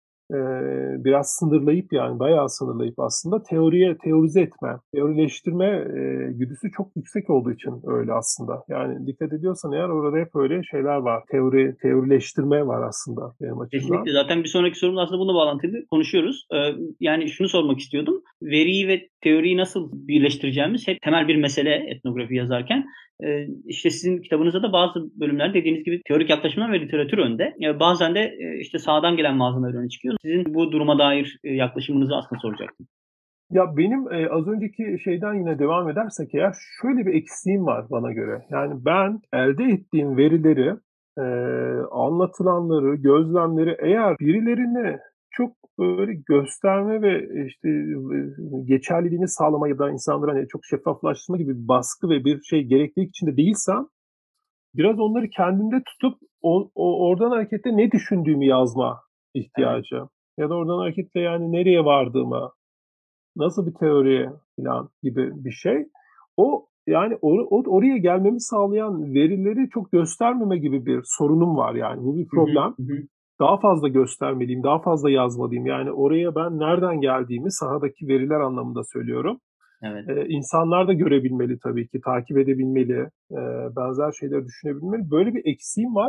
biraz sınırlayıp, yani bayağı sınırlayıp aslında teorize etme, teorileştirme, güdüsü çok yüksek olduğu için öyle aslında. Yani dikkat ediyorsan eğer orada hep öyle şeyler var. Teorileştirme var aslında benim açımdan. Kesinlikle. Zaten bir sonraki sorumda aslında bununla bağlantılı konuşuyoruz. Yani şunu sormak istiyordum. Veriyi ve teoriyi nasıl birleştireceğimiz hep temel bir mesele etnografi yazarken. İşte sizin kitabınızda da bazı bölümler dediğiniz gibi teorik yaklaşımlar ve literatür önde. Bazen de, işte sahadan gelen malzemeler öne çıkıyor. Sizin bu duruma dair, yaklaşımınızı aslında soracaktım. Ya, benim, az önceki şeyden yine devam edersek eğer şöyle bir eksiğim var bana göre. Yani ben elde ettiğim verileri, anlatılanları, gözlemleri eğer birilerine çok böyle gösterme ve, işte, geçerliliğini sağlama ya da insanları, hani, çok şeffaflaştırma gibi bir baskı ve bir şey gereklilik içinde değilsem biraz onları kendimde tutup oradan hareketle ne düşündüğümü yazma Evet. ihtiyacı ya da oradan hareketle, yani, nereye vardığımı, nasıl bir teori filan gibi bir şey. O, yani, oraya gelmemi sağlayan verileri çok göstermeme gibi bir sorunum var, yani. Bu bir Hı hı. problem. Hı hı. Daha fazla göstermeliyim, daha fazla yazmalıyım. Yani, oraya ben nereden geldiğimi sahadaki veriler anlamında söylüyorum. Evet. İnsanlar da görebilmeli tabii ki, takip edebilmeli, benzer şeyleri düşünebilmeli. Böyle bir eksiğim var.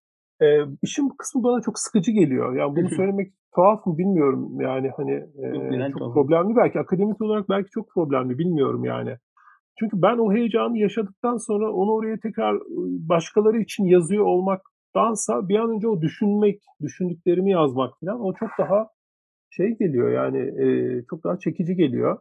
İşin bu kısmı bana çok sıkıcı geliyor. Yani, bunu söylemek tuhaf mı bilmiyorum. Yani, hani, Yok, neden çok tuhaf olsun? problemli belki, akademik olarak belki çok problemli, bilmiyorum yani. Çünkü ben o heyecanı yaşadıktan sonra onu oraya tekrar, başkaları için yazıyor olmaktansa bir an önce o düşündüklerimi yazmak filan o çok daha şey geliyor yani, çok daha çekici geliyor.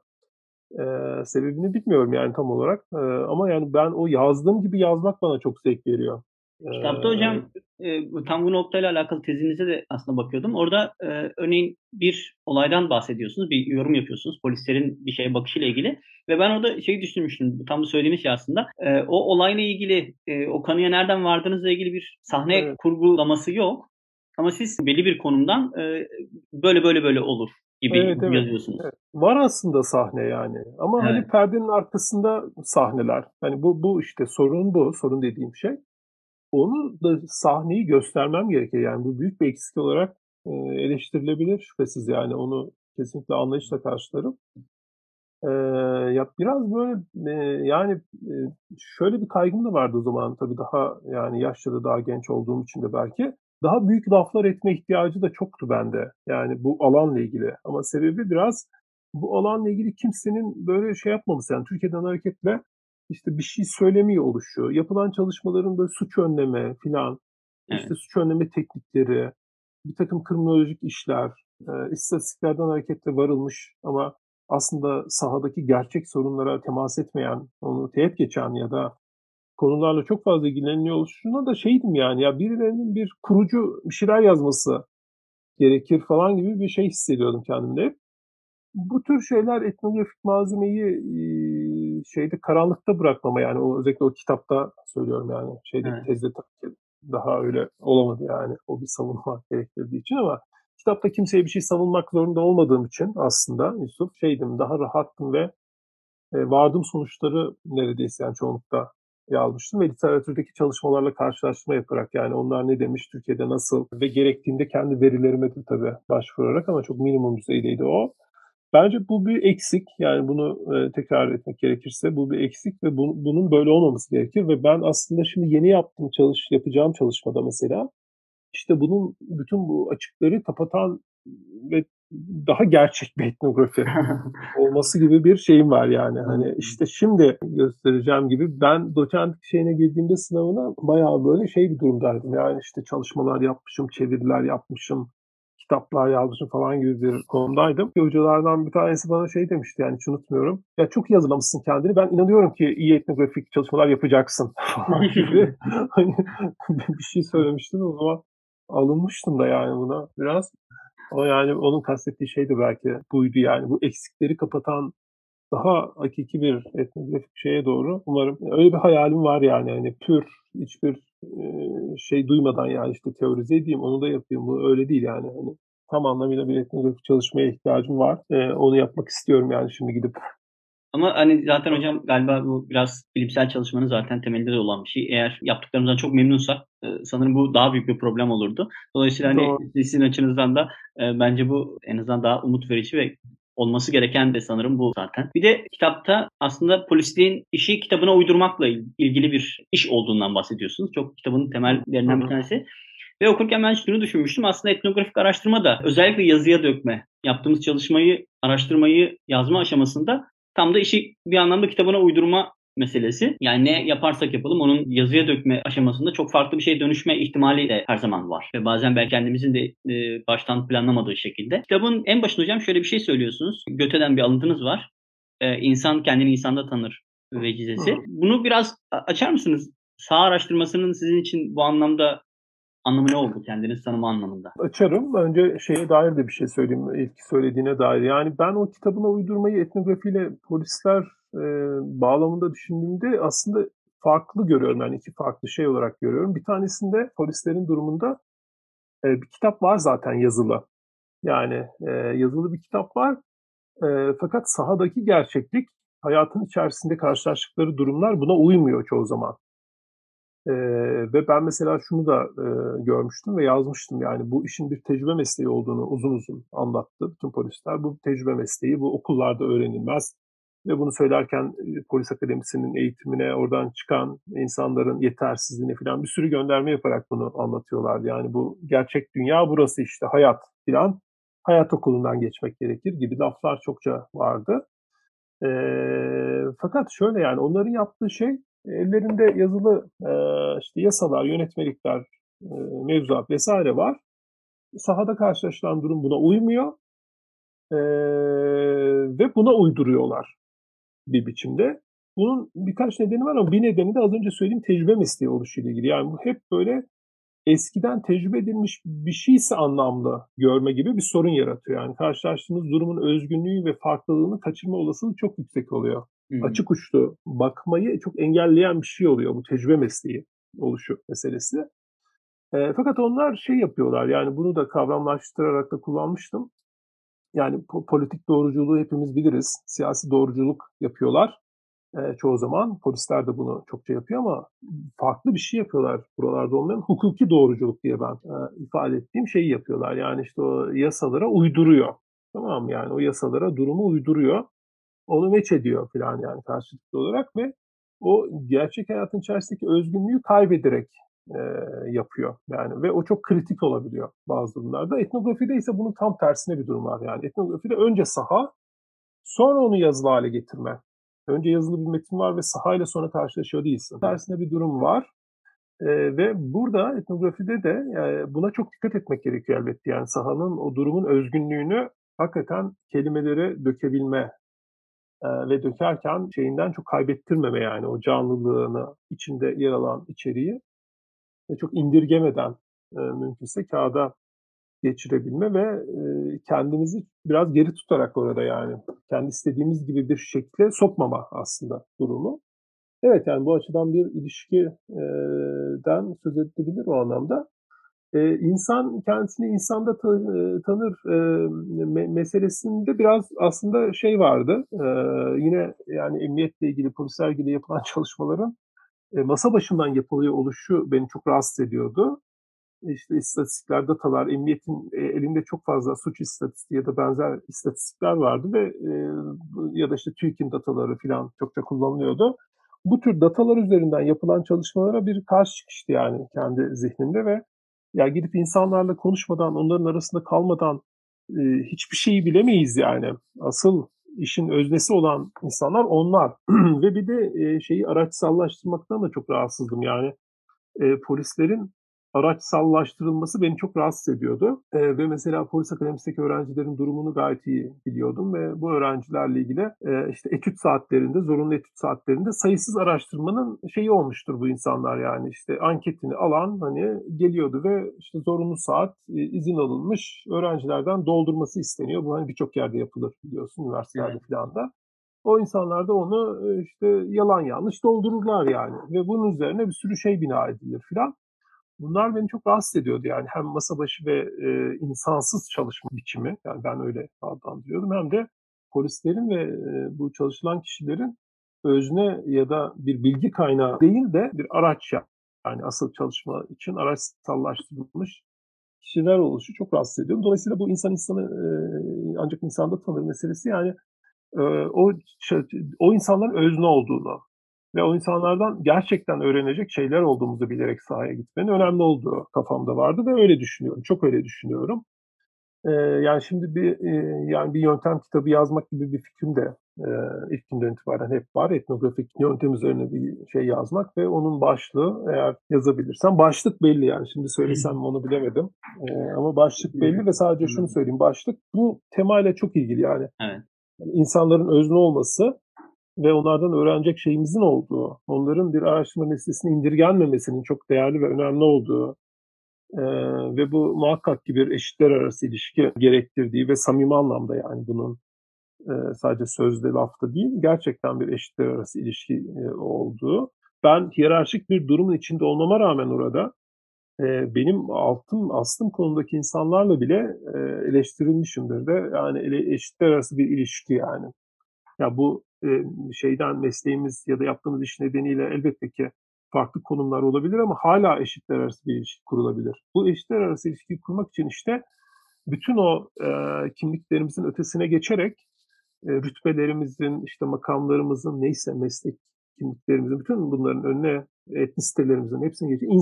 Sebebini bilmiyorum yani tam olarak, ama yani ben o yazdığım gibi yazmak bana çok zevk veriyor. Kitapta Eee hocam, tam bu noktayla alakalı tezinize de aslında bakıyordum. Orada, örneğin bir olaydan bahsediyorsunuz, bir yorum yapıyorsunuz, polislerin bir şeye bakışıyla ilgili ve ben orada şeyi düşünmüştüm, tam bu söylediğiniz şey aslında. O olayla ilgili, o kanıya nereden vardığınızla ilgili bir sahne Evet, kurgulaması yok ama siz belli bir konumdan, böyle, böyle, böyle olur gibi evet, evet, yazıyorsunuz. evet. Var aslında sahne yani ama, hani, Evet, perdenin arkasında sahneler. Hani, bu işte sorun bu, sorun dediğim şey. Onu da sahneyi göstermem gerekir. Yani bu büyük bir eksik olarak, eleştirilebilir şüphesiz yani. Onu kesinlikle anlayışla karşılarım. Eee, ya, biraz böyle, yani, şöyle bir kaygım da vardı o zaman tabii daha, yani, yaşça da daha genç olduğum için de belki. Daha büyük laflar etme ihtiyacı da çoktu bende, yani, bu alanla ilgili. Ama sebebi biraz bu alanla ilgili kimsenin böyle şey yapmaması, yani, Türkiye'den hareketle, işte, bir şey söylemiyor oluşu, yapılan çalışmaların böyle suç önleme filan, evet. işte, suç önleme teknikleri, birtakım kriminolojik işler, istatistiklerden hareketle varılmış ama aslında sahadaki gerçek sorunlara temas etmeyen, onu teğet geçen ya da konularla çok fazla ilgileniliyor oluşuna da şeydim yani, ya birilerinin bir kurucu bir şeyler yazması gerekir falan gibi bir şey hissediyordum kendimde hep. Bu tür şeyler etnografik malzemeyi, şeyde karanlıkta bırakmama yani o özellikle o kitapta söylüyorum yani şeydeki Evet. tezde tabii ki daha öyle olamadı yani o bir savunma gerektirdiği için ama kitapta kimseye bir şey savunmak zorunda olmadığım için aslında Yusuf şeydim daha rahattım ve, vardığım sonuçları neredeyse yani çoğunlukla yazmıştım ve literatürdeki çalışmalarla karşılaştırma yaparak yani onlar ne demiş, Türkiye'de nasıl ve gerektiğinde kendi verilerime de tabii başvurarak ama çok minimum düzeydeydi o. Bence bu bir eksik. Yani bunu, tekrar etmek gerekirse bu bir eksik ve bunun böyle olmaması gerekir ve ben aslında şimdi yeni yapacağım çalışmada mesela, işte, bunun bütün bu açıkları kapatan ve daha gerçek bir etnografi olması gibi bir şeyim var yani. Hani, Anladım. işte, şimdi göstereceğim gibi ben doçentlik şeyine girdiğimde sınavına bayağı böyle şey bir durumdaydım. Yani, işte, çalışmalar yapmışım, çeviriler yapmışım, kitaplar yazmışım falan gibi bir konumdaydım. Hocalardan bir tanesi bana şey demişti, yani hiç unutmuyorum. "Ya, çok iyi hazırlamışsın kendini. Ben inanıyorum ki iyi etnografik çalışmalar yapacaksın." falan gibi hani bir şey söylemiştin. O zaman alınmıştım da yani buna biraz. Ama yani onun kastettiği şey de belki buydu yani. Bu eksikleri kapatan daha hakiki bir etnografik şeye doğru umarım öyle bir hayalim var yani, hani, pür hiçbir, şey duymadan yani, işte, teorize edeyim, onu da yapayım. Bu öyle değil yani, hani, tam anlamıyla bir etnografik çalışmaya ihtiyacım var. Onu yapmak istiyorum yani şimdi gidip. Ama, hani, zaten hocam galiba bu biraz bilimsel çalışmanın zaten temelinde de olan bir şey. Eğer yaptıklarımızdan çok memnunsak, sanırım bu daha büyük bir problem olurdu. Dolayısıyla, hani, Doğru. sizin açınızdan da, bence bu en azından daha umut verici ve olması gereken de sanırım bu zaten. Bir de kitapta aslında polisliğin işi kitabına uydurmakla ilgili bir iş olduğundan bahsediyorsunuz. Çok kitabın Hı. Hı temellerinden bir hı. tanesi. Ve okurken ben şunu düşünmüştüm. Aslında etnografik araştırma da özellikle yazıya dökme, yaptığımız çalışmayı, araştırmayı yazma aşamasında tam da işi bir anlamda kitabına uydurma meselesi. Yani ne yaparsak yapalım onun yazıya dökme aşamasında çok farklı bir şeye dönüşme ihtimali de her zaman var. Ve bazen belki kendimizin de baştan planlamadığı şekilde. Kitabın en başında hocam şöyle bir şey söylüyorsunuz. Goethe'den bir alıntınız var. İnsan kendini insanda tanır Hı vecizesi. hı. Bunu biraz açar mısınız? Saha araştırmasının sizin için bu anlamda anlamı ne oldu kendinizi tanıma anlamında? Açarım. Önce şeye dair de bir şey söyleyeyim, ilk söylediğine dair. Yani ben o kitabına uydurmayı etnografiyle polisler bağlamında düşündüğümde aslında farklı görüyorum. Yani iki farklı şey olarak görüyorum. Bir tanesinde polislerin durumunda bir kitap var zaten yazılı. Yani yazılı bir kitap var. Fakat sahadaki gerçeklik, hayatın içerisinde karşılaştıkları durumlar buna uymuyor çoğu zaman. Ve ben mesela şunu da görmüştüm ve yazmıştım. Yani bu işin bir tecrübe mesleği olduğunu uzun uzun anlattı bütün polisler. Bu tecrübe mesleği, bu okullarda öğrenilmez. Ve bunu söylerken polis akademisinin eğitimine, oradan çıkan insanların yetersizliğine falan bir sürü gönderme yaparak bunu anlatıyorlardı. Yani bu gerçek dünya burası işte, hayat filan. Hayat okulundan geçmek gerekir gibi laflar çokça vardı. Fakat şöyle, yani onların yaptığı şey, ellerinde yazılı işte yasalar, yönetmelikler, mevzuat vesaire var. Sahada karşılaşılan durum buna uymuyor ve buna uyduruyorlar bir biçimde. Bunun birkaç nedeni var ama bir nedeni de az önce söylediğim tecrübe mesleği oluşuyla ilgili. Yani bu hep böyle eskiden tecrübe edilmiş bir şeyse anlamlı görme gibi bir sorun yaratıyor. Yani karşılaştığınız durumun özgünlüğü ve farklılığını kaçırma olasılığı çok yüksek oluyor. Hı hı. Açık uçlu bakmayı çok engelleyen bir şey oluyor bu tecrübe mesleği oluşu meselesi. Fakat onlar şey yapıyorlar, yani bunu da kavramlaştırarak da kullanmıştım. Yani politik doğruculuğu hepimiz biliriz. Siyasi doğruculuk yapıyorlar. Çoğu zaman polisler de bunu çokça yapıyor ama farklı bir şey yapıyorlar buralarda olmayan. Hukuki doğruculuk diye ben ifade ettiğim şeyi yapıyorlar. Yani işte o yasalara uyduruyor. Tamam mı? Yani o yasalara durumu uyduruyor. Onu meç ediyor falan, yani karşılıklı olarak ve o gerçek hayatın içerisindeki özgünlüğü kaybederek yapıyor. Yani ve o çok kritik olabiliyor bazı durumlarda. Etnografide ise bunun tam tersine bir durum var. Yani etnografide önce saha, sonra onu yazılı hale getirme. Önce yazılı bir metin var ve sahayla sonra karşılaşıyor değilsin. Tersine bir durum var. Ve burada etnografide de buna çok dikkat etmek gerekiyor elbette. Yani sahanın o durumun özgünlüğünü hakikaten kelimelere dökebilme ve dökerken şeyinden çok kaybettirmeme, yani o canlılığını, içinde yer alan içeriği ve çok indirgemeden mümkünse kağıda geçirebilme ve kendimizi biraz geri tutarak orada, yani kendi istediğimiz gibi bir şekle sokmama aslında durumu. Evet, yani bu açıdan bir ilişkiden söz edilebilir o anlamda. İnsan kendisini insanda tanır meselesinde biraz aslında şey vardı. Yine yani emniyetle ilgili, polislerle ilgili yapılan çalışmaların masa başından yapılıyor oluşu beni çok rahatsız ediyordu. İşte istatistikler, datalar, emniyetin elinde çok fazla suç istatistiği ya da benzer istatistikler vardı ve ya da işte TÜİK'in dataları filan çokça kullanılıyordu. Bu tür datalar üzerinden yapılan çalışmalara bir karşı çıkıştı yani kendi zihnimde ve ya gidip insanlarla konuşmadan, onların arasında kalmadan hiçbir şeyi bilemeyiz yani. Asıl işin öznesi olan insanlar onlar. Ve bir de şeyi araçsallaştırmaktan da çok rahatsızdım yani. Polislerin araçsallaştırılması beni çok rahatsız ediyordu. Ve mesela polis akademisindeki öğrencilerin durumunu gayet iyi biliyordum ve bu öğrencilerle ilgili işte etüt saatlerinde, zorunlu etüt saatlerinde sayısız araştırmanın şeyi olmuştur bu insanlar, yani işte anketini alan hani geliyordu ve işte zorunlu saat izin alınmış öğrencilerden doldurması isteniyor. Bu hani birçok yerde yapılır biliyorsun, üniversitelerde Evet. falan da. O insanlar da onu işte yalan yanlış doldururlar yani ve bunun üzerine bir sürü şey bina edilir filan. Bunlar beni çok rahatsız ediyordu yani, hem masa başı ve insansız çalışma biçimi, yani ben öyle adlandırıyordum, hem de polislerin ve bu çalışılan kişilerin özne ya da bir bilgi kaynağı değil de bir araç, yani asıl çalışma için araçsallaştırılmış kişiler oluşu çok rahatsız ediyordu. Dolayısıyla bu insan insanı ancak insanda tanır meselesi, yani o o insanların özne olduğunu ve o insanlardan gerçekten öğrenecek şeyler olduğumuzu bilerek sahaya gitmenin önemli olduğu kafamda vardı ve öyle düşünüyorum. Çok öyle düşünüyorum. Yani şimdi yani bir yöntem kitabı yazmak gibi bir fikrim de ilk günden itibaren hep var. Etnografik yöntem üzerine bir şey yazmak ve onun başlığı, eğer yazabilirsem, başlık belli yani. Şimdi söylesem mi onu bilemedim. Ama başlık belli ve sadece şunu söyleyeyim. Başlık bu temayla çok ilgili yani. Evet. Yani insanların özne olması ve onlardan öğrenecek şeyimizin olduğu, onların bir araştırma nesnesine indirgenmemesinin çok değerli ve önemli olduğu Ve bu muhakkak ki bir eşitler arası ilişki gerektirdiği ve samimi anlamda, yani bunun sadece sözde, lafta değil, gerçekten bir eşitler arası ilişki olduğu. Ben hiyerarşik bir durumun içinde olmama rağmen orada benim aslım konumdaki insanlarla bile eleştirilmişimdir de. Yani eşitler arası bir ilişki yani. Ya bu mesleğimiz ya da yaptığımız iş nedeniyle elbette ki farklı konumlar olabilir ama hala eşitler arası bir ilişki kurulabilir. Bu eşitler arası ilişkiyi kurmak için işte bütün o kimliklerimizin ötesine geçerek rütbelerimizin, işte makamlarımızın, neyse meslek kimliklerimizin, bütün bunların önüne, etnisitelerimizin hepsini geçiyor.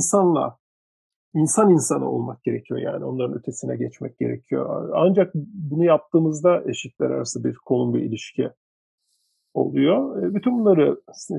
İnsan insana olmak gerekiyor, yani onların ötesine geçmek gerekiyor. Ancak bunu yaptığımızda eşitler arası bir konum ve ilişki oluyor. Bütün bunları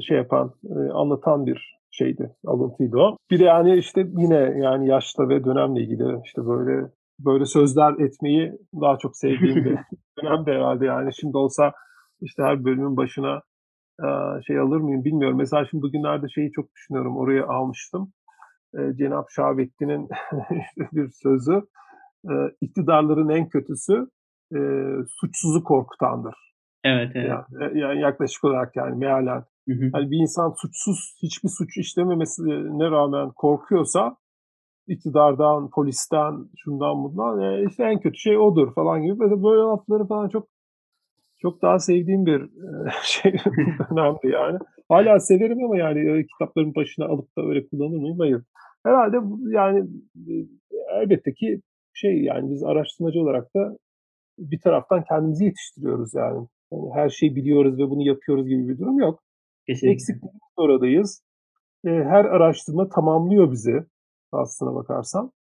anlatan bir alıntıydı o. Bir de yani işte yine yani yaşla ve dönemle ilgili işte böyle sözler etmeyi daha çok sevdiğim bir dönem de herhalde. Yani şimdi olsa işte her bölümün başına alır mıyım bilmiyorum. Mesela şimdi bugünlerde çok düşünüyorum. Oraya almıştım. Cenab-ı Şahabettin'in bir sözü. İktidarların en kötüsü suçsuzu korkutandır. Evet, evet. Yani yaklaşık olarak, yani mealen. Hı hı. Hani bir insan hiçbir suç işlememesine rağmen korkuyorsa iktidardan, polisten, şundan bundan, işte en kötü şey odur falan gibi. Böyle lafları falan çok çok daha sevdiğim bir dönemdi yani. Hala severim ama yani kitapların başına alıp da öyle kullanır mıyım? Hayır. Herhalde yani elbette ki yani biz araştırmacı olarak da bir taraftan kendimizi yetiştiriyoruz yani. Yani her şeyi biliyoruz ve bunu yapıyoruz gibi bir durum yok. Kesinlikle. Eksikliğimiz oradayız. Her araştırma tamamlıyor bizi aslına bakarsan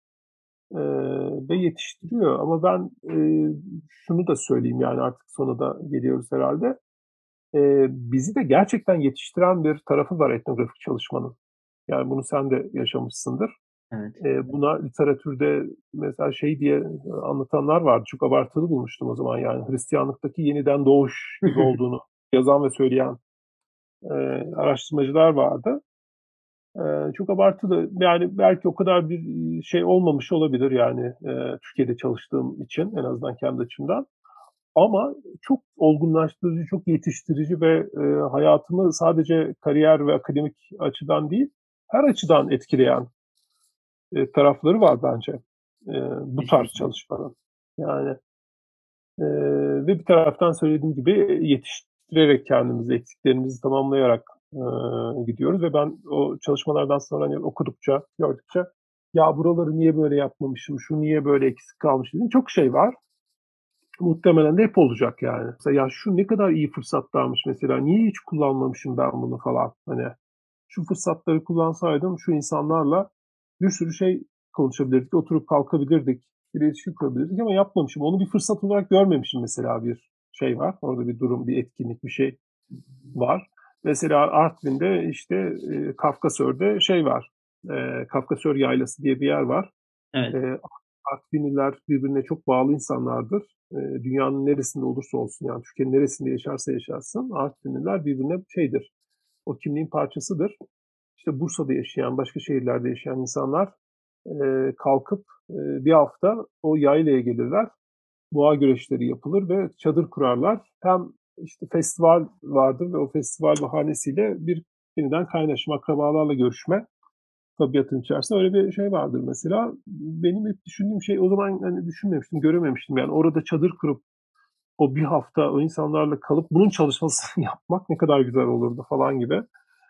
ve yetiştiriyor. Ama ben şunu da söyleyeyim, yani artık sona da geliyoruz herhalde. Bizi de gerçekten yetiştiren bir tarafı var etnografik çalışmanın. Yani bunu sen de yaşamışsındır. Evet. Buna literatürde mesela diye anlatanlar vardı. Çok abartılı bulmuştum o zaman, yani Hristiyanlıktaki yeniden doğuş gibi olduğunu yazan ve söyleyen araştırmacılar vardı. Çok abartılı. Yani belki o kadar bir olmamış olabilir, yani Türkiye'de çalıştığım için, en azından kendi açımdan. Ama çok olgunlaştırıcı, çok yetiştirici ve hayatımı sadece kariyer ve akademik açıdan değil, her açıdan etkileyen tarafları var bence bu tarz Kesinlikle. çalışmaların. Yani ve bir taraftan söylediğim gibi yetiştirerek kendimizi, eksiklerimizi tamamlayarak gidiyoruz ve ben o çalışmalardan sonra hani okudukça, gördükçe ya buraları niye böyle yapmamışım, şu niye böyle eksik kalmış dediğim çok şey var. Muhtemelen de hep olacak yani. Mesela ya şu ne kadar iyi fırsatlarmış mesela, niye hiç kullanmamışım ben bunu falan. Hani şu fırsatları kullansaydım şu insanlarla bir sürü şey konuşabilirdik, oturup kalkabilirdik, bir ilişki kurabilirdik ama yapmamışım. Onu bir fırsat olarak görmemişim mesela, bir var. Orada bir durum, bir etkinlik, bir şey var. Mesela Artvin'de işte Kafkasör'de var. Kafkasör Yaylası diye bir yer var. Evet. Artvinliler birbirine çok bağlı insanlardır. Dünyanın neresinde olursa olsun, yani Türkiye'nin neresinde yaşarsa yaşasın, Artvinliler birbirine o kimliğin parçasıdır. İşte Bursa'da yaşayan, başka şehirlerde yaşayan insanlar kalkıp bir hafta o yaylaya gelirler. Boğa güreşleri yapılır ve çadır kurarlar. Hem işte festival vardır ve o festival bahanesiyle bir yeniden kaynaşma, akrabalarla görüşme, tabiatın içerisinde öyle bir vardır mesela. Benim hep düşündüğüm o zaman hani düşünmemiştim, görememiştim. Yani orada çadır kurup o bir hafta o insanlarla kalıp bunun çalışmasını yapmak ne kadar güzel olurdu falan gibi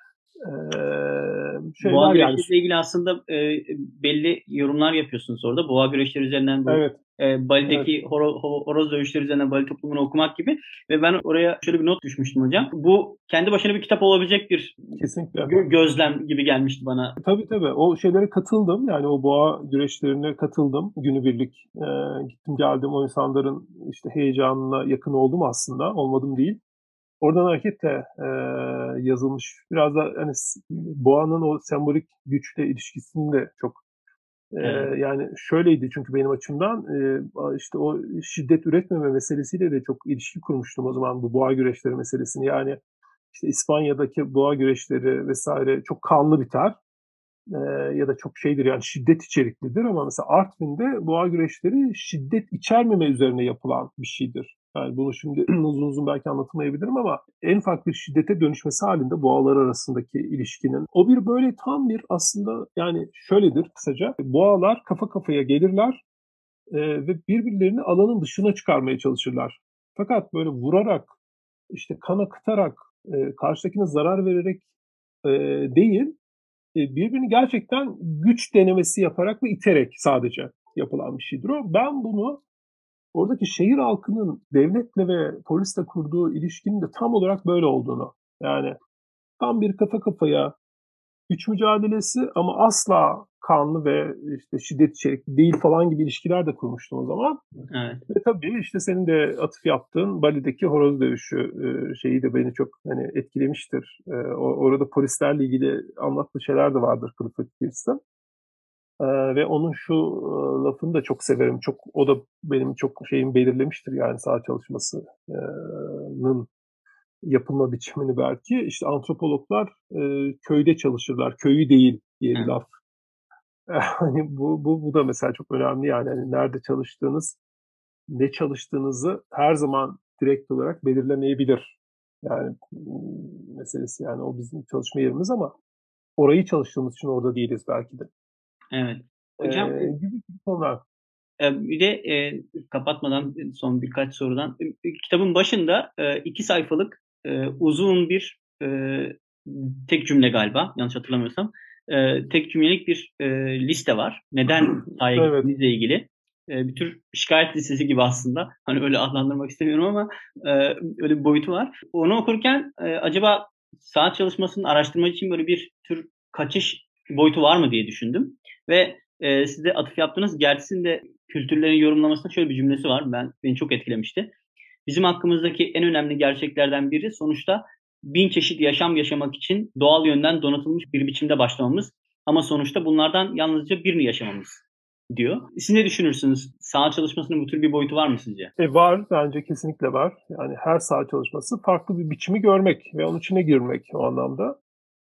Boğa şeyler yani. güreşleriyle ilgili aslında belli yorumlar yapıyorsunuz orada. Boğa güreşleri üzerinden bu Evet, evet, Bali'deki horoz dövüşleri üzerinden Bali toplumunu okumak gibi. Ve ben oraya şöyle bir not düşmüştüm hocam. Bu kendi başına bir kitap olabilecek bir kesinlikle. gözlem gibi gelmişti bana. Tabii tabii. O şeylere katıldım. Yani o boğa güreşlerine katıldım. Günübirlik gittim geldim. O insanların işte heyecanına yakın oldum aslında. Olmadım değil. Oradan hareketle yazılmış. Biraz da hani boğanın o sembolik güçle ilişkisini de çok Evet. yani şöyleydi, çünkü benim açımdan işte o şiddet üretmeme meselesiyle de çok ilişki kurmuştum o zaman, bu boğa güreşleri meselesini. Yani işte İspanya'daki boğa güreşleri vesaire çok kanlı biter. ya da çok şeydir yani şiddet içeriklidir ama mesela Artvin'de boğa güreşleri şiddet içermeme üzerine yapılan bir şeydir. Yani bunu şimdi uzun uzun belki anlatamayabilirim ama en ufak bir şiddete dönüşmesi halinde boğalar arasındaki ilişkinin. O bir böyle tam bir aslında yani şöyledir kısaca. Boğalar kafa kafaya gelirler ve birbirlerini alanın dışına çıkarmaya çalışırlar. Fakat böyle vurarak, işte kan akıtarak, karşıdakine zarar vererek değil, birbirini gerçekten güç denemesi yaparak ve iterek sadece yapılan bir şeydir o. Ben bunu oradaki şehir halkının devletle ve polisle kurduğu ilişkinin de tam olarak böyle olduğunu, yani tam bir kafa kafaya güç mücadelesi ama asla kanlı ve işte şiddet içerikli değil falan gibi ilişkiler de kurmuştum o zaman. Evet. Ve tabii işte senin de atıf yaptığın Bali'deki horoz dövüşü şeyi de beni çok hani etkilemiştir. Orada polislerle ilgili anlattığı şeyler de vardır Clifford Pierce'ın. Ve onun şu lafını da çok severim. Çok o da benim çok şeyimi belirlemiştir yani saha çalışmasının yapılma biçimini belki. İşte antropologlar köyde çalışırlar, köyü değil diye bir Evet. laf. Hani bu da mesela çok önemli yani hani nerede çalıştığınız, ne çalıştığınızı her zaman direkt olarak belirlemeyebilir. Yani meselesi yani o bizim çalışma yerimiz ama orayı çalıştığımız için orada değiliz belki de. Evet. Hocam, Gibi konular. bir de kapatmadan son birkaç sorudan. Kitabın başında 2 sayfalık uzun bir tek cümle galiba yanlış hatırlamıyorsam. Tek cümlelik bir liste var. Neden sahaya Evet. gittiğinizle ilgili. Bir tür şikayet listesi gibi aslında. Hani öyle adlandırmak istemiyorum ama e, öyle bir boyutu var. Onu okurken acaba saha çalışmasının araştırmacı için böyle bir tür kaçış boyutu var mı diye düşündüm. Ve siz de atıf yaptınız. Gerçisinin de kültürlerin yorumlamasında şöyle bir cümlesi var. Beni çok etkilemişti. Bizim hakkımızdaki en önemli gerçeklerden biri sonuçta 1000 çeşit yaşam yaşamak için doğal yönden donatılmış bir biçimde başlamamız ama sonuçta bunlardan yalnızca birini yaşamamız diyor. Siz ne düşünürsünüz? Saha çalışmasının bu tür bir boyutu var mı sizce? Var, bence kesinlikle var. Yani her saha çalışması farklı bir biçimi görmek ve onun içine girmek o anlamda.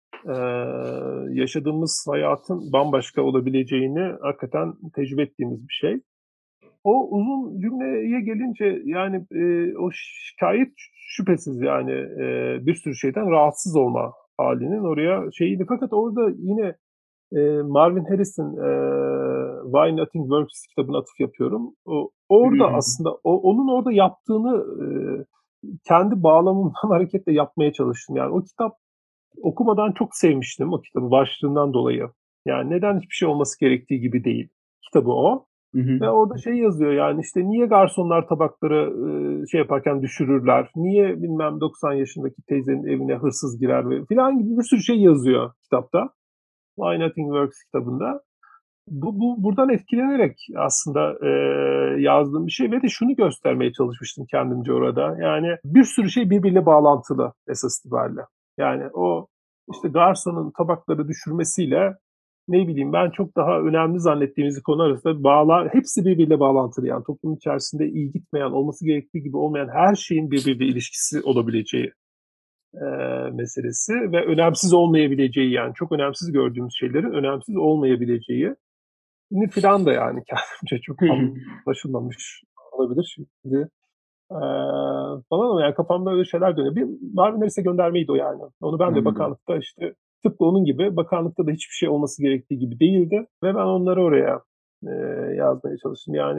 Yaşadığımız hayatın bambaşka olabileceğini hakikaten tecrübe ettiğimiz bir şey. O uzun cümleye gelince yani o şikayet şüphesiz yani bir sürü şeyden rahatsız olma halinin oraya şeyiydi. Fakat orada yine Marvin Harris'in Why Nothing Works kitabına atıf yapıyorum. Orada aslında onun orada yaptığını kendi bağlamımdan hareketle yapmaya çalıştım. Yani o kitap okumadan çok sevmiştim o kitabı başlığından dolayı. Yani neden hiçbir şey olması gerektiği gibi değil. Kitabı o. Hı hı. Ve orada şey yazıyor yani işte niye garsonlar tabakları şey yaparken düşürürler? Niye bilmem 90 yaşındaki teyzenin evine hırsız girer ve filan gibi bir sürü şey yazıyor kitapta. Why Nothing Works kitabında. Buradan etkilenerek aslında yazdığım bir şey ve de şunu göstermeye çalışmıştım kendimce orada. Yani bir sürü şey birbiriyle bağlantılı esas itibariyle. Yani o işte garsonun tabakları düşürmesiyle ne bileyim ben çok daha önemli zannettiğimiz konu arasında hepsi birbiriyle bağlantılı. Yani toplum içerisinde iyi gitmeyen, olması gerektiği gibi olmayan her şeyin birbiriyle ilişkisi olabileceği meselesi ve önemsiz olmayabileceği yani çok önemsiz gördüğümüz şeylerin önemsiz olmayabileceği filan da yani kendimce çok anlaşılmamış olabilir şimdi. Falan ama yani kafamda öyle şeyler dönüyor. Bir Marvin Harris'e göndermeydi o yani. Onu ben de Anladım. bakanlıkta işte tıpkı onun gibi bakanlıkta da hiçbir şey olması gerektiği gibi değildi ve ben onları oraya yazmaya çalıştım. Yani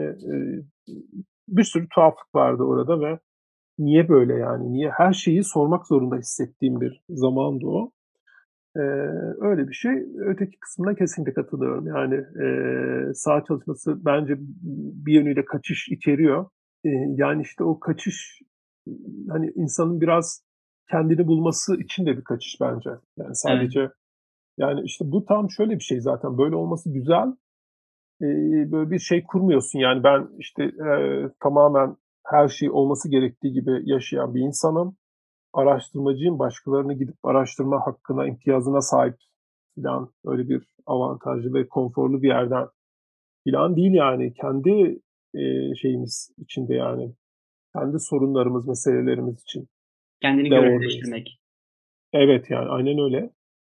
bir sürü tuhaflık vardı orada ve niye böyle yani? Niye her şeyi sormak zorunda hissettiğim bir zamandı o. Ee, Öyle bir şey. Öteki kısmına kesinlikle katılıyorum. Yani saha çalışması bence bir yönüyle kaçış içeriyor. Yani işte o kaçış hani insanın biraz kendini bulması için de bir kaçış bence. Yani Evet. sadece yani işte bu tam şöyle bir şey zaten böyle olması güzel. Böyle bir şey kurmuyorsun yani ben işte tamamen her şey olması gerektiği gibi yaşayan bir insanım araştırmacıyım, başkalarını gidip araştırma hakkına, imtiyazına sahip filan öyle bir avantajlı ve konforlu bir yerden filan değil yani. Kendi şeyimiz içinde yani. Kendi sorunlarımız, meselelerimiz için Kendini de oradayız. görelileştirmek. Evet yani aynen öyle.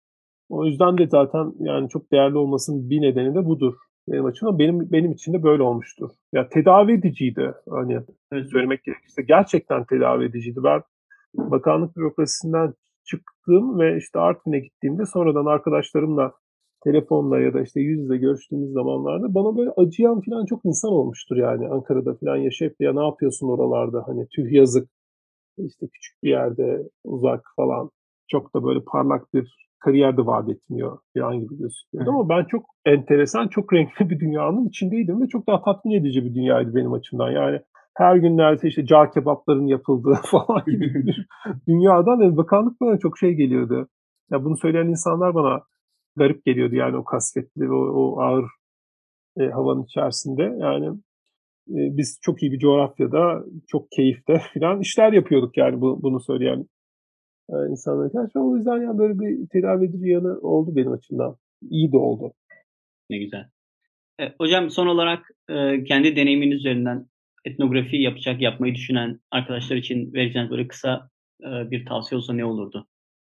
O yüzden de zaten yani çok değerli olmasının bir nedeni de budur benim açımdan. Benim için de böyle olmuştur. Ya tedavi ediciydi hani Evet. söylemek gerekirse. Gerçekten tedavi ediciydi. Ben bakanlık bürokrasisinden çıktım ve işte Artvin'e gittiğimde sonradan arkadaşlarımla telefonla ya da işte yüz yüze görüştüğümüz zamanlarda bana böyle acıyan falan çok insan olmuştur yani Ankara'da falan yaşayıp ya ne yapıyorsun oralarda hani tüh yazık işte küçük bir yerde uzak falan çok da böyle parlak bir kariyer de vaat etmiyor falan gibi gözüküyordu ama ben çok enteresan, çok renkli bir dünyanın içindeydim ve çok daha tatmin edici bir dünyaydı benim açımdan. Yani her gün neredeyse işte cağ kebapların yapıldığı falan gibi bir dünyadan bakanlık bana çok şey geliyordu. Ya bunu söyleyen insanlar bana garip geliyordu yani o kasvetli, o ağır havanın içerisinde. Yani biz çok iyi bir coğrafyada, çok keyifte filan işler yapıyorduk yani bunu söyleyen insanlara karşı. O yüzden yani böyle bir tedavi edici yanı oldu benim açımdan. İyi de oldu. Ne güzel. Hocam son olarak kendi deneyimin üzerinden etnografi yapmayı düşünen arkadaşlar için vereceğiniz böyle kısa bir tavsiye olsa ne olurdu?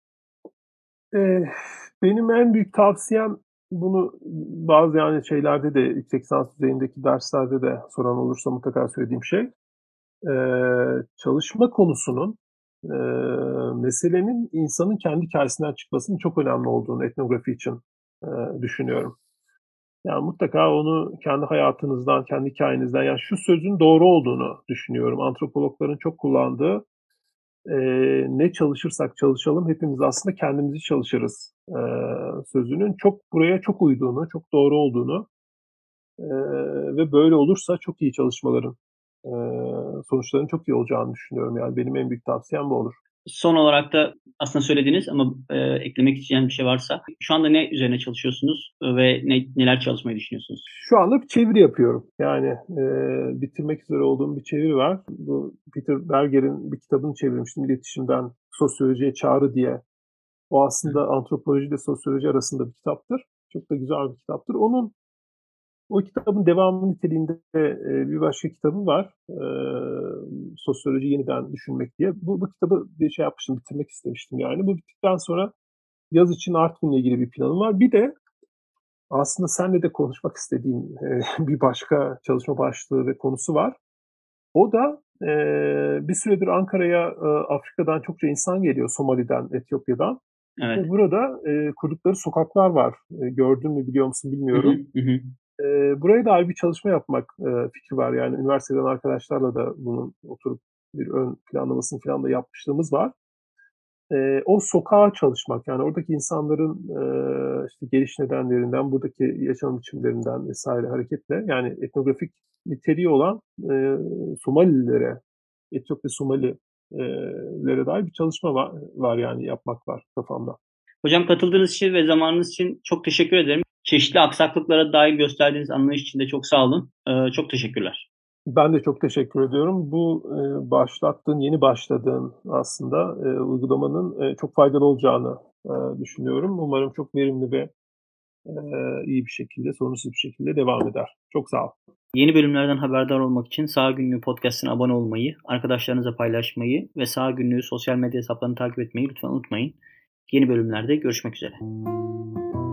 Eee, Benim en büyük tavsiyem bunu bazı yani şeylerde de yüksek lisans düzeyindeki derslerde de soran olursa mutlaka söylediğim şey, çalışma konusunun, meselenin insanın kendi hikâyesinden çıkmasının çok önemli olduğunu etnografi için, düşünüyorum. Yani mutlaka onu kendi hayatınızdan, kendi hikâyenizden, yani şu sözün doğru olduğunu düşünüyorum. Antropologların çok kullandığı, "Ne çalışırsak çalışalım hepimiz aslında kendimizi çalışırız." Sözünün buraya çok uyduğunu, çok doğru olduğunu, ve böyle olursa çok iyi çalışmaların, sonuçlarının çok iyi olacağını düşünüyorum. Yani benim en büyük tavsiyem bu olur. Son olarak da aslında söylediniz ama eklemek isteyeceğiniz bir şey varsa şu anda ne üzerine çalışıyorsunuz ve neler çalışmayı düşünüyorsunuz? Şu anda bir çeviri yapıyorum. Yani, bitirmek üzere olduğum bir çeviri var. Bu Peter Berger'in bir kitabını çevirmiştim, İletişimden Sosyolojiye Çağrı diye. O Hı. aslında antropoloji ile sosyoloji arasında bir kitaptır. Çok da güzel bir kitaptır. O kitabın devamı niteliğinde, bir başka kitabı var. Sosyoloji Yeniden Düşünmek diye. Bu kitabı bir şey yapmıştım, bitirmek istemiştim yani. Bu bittikten sonra yaz için Artvin'le ilgili bir planım var. Bir de aslında seninle de konuşmak istediğim, bir başka çalışma başlığı ve konusu var. O da, bir süredir Ankara'ya, Afrika'dan çokça insan geliyor, Somali'den, Etiyopya'dan Evet. ve burada, kurdukları sokaklar var. Gördün mü, biliyor musun Hı hı. bilmiyorum. Hı hı. Buraya dair bir çalışma yapmak, fikri var. Yani üniversiteden arkadaşlarla da bunun oturup bir ön planlamasını filan da yapmışlığımız var. O sokağa çalışmak, yani oradaki insanların, işte geliş nedenlerinden, buradaki yaşam biçimlerinden vs. hareketle, yani etnografik niteliği olan, Somalililere, Etiyopya Somali dair bir çalışma var yani yapmak var kafamda. Hocam katıldığınız için ve zamanınız için çok teşekkür ederim. Çeşitli aksaklıklara dahil gösterdiğiniz anlayış için de çok sağ olun. Çok teşekkürler. Ben de çok teşekkür ediyorum. Bu, yeni başladığın aslında, uygulamanın, çok faydalı olacağını, düşünüyorum. Umarım çok verimli ve, iyi bir şekilde, sorunsuz bir şekilde devam eder. Çok sağ ol. Yeni bölümlerden haberdar olmak için Sağ Günlüğü Podcast'ına abone olmayı, arkadaşlarınızla paylaşmayı ve Sağ Günlüğü sosyal medya hesaplarını takip etmeyi lütfen unutmayın. Yeni bölümlerde görüşmek üzere.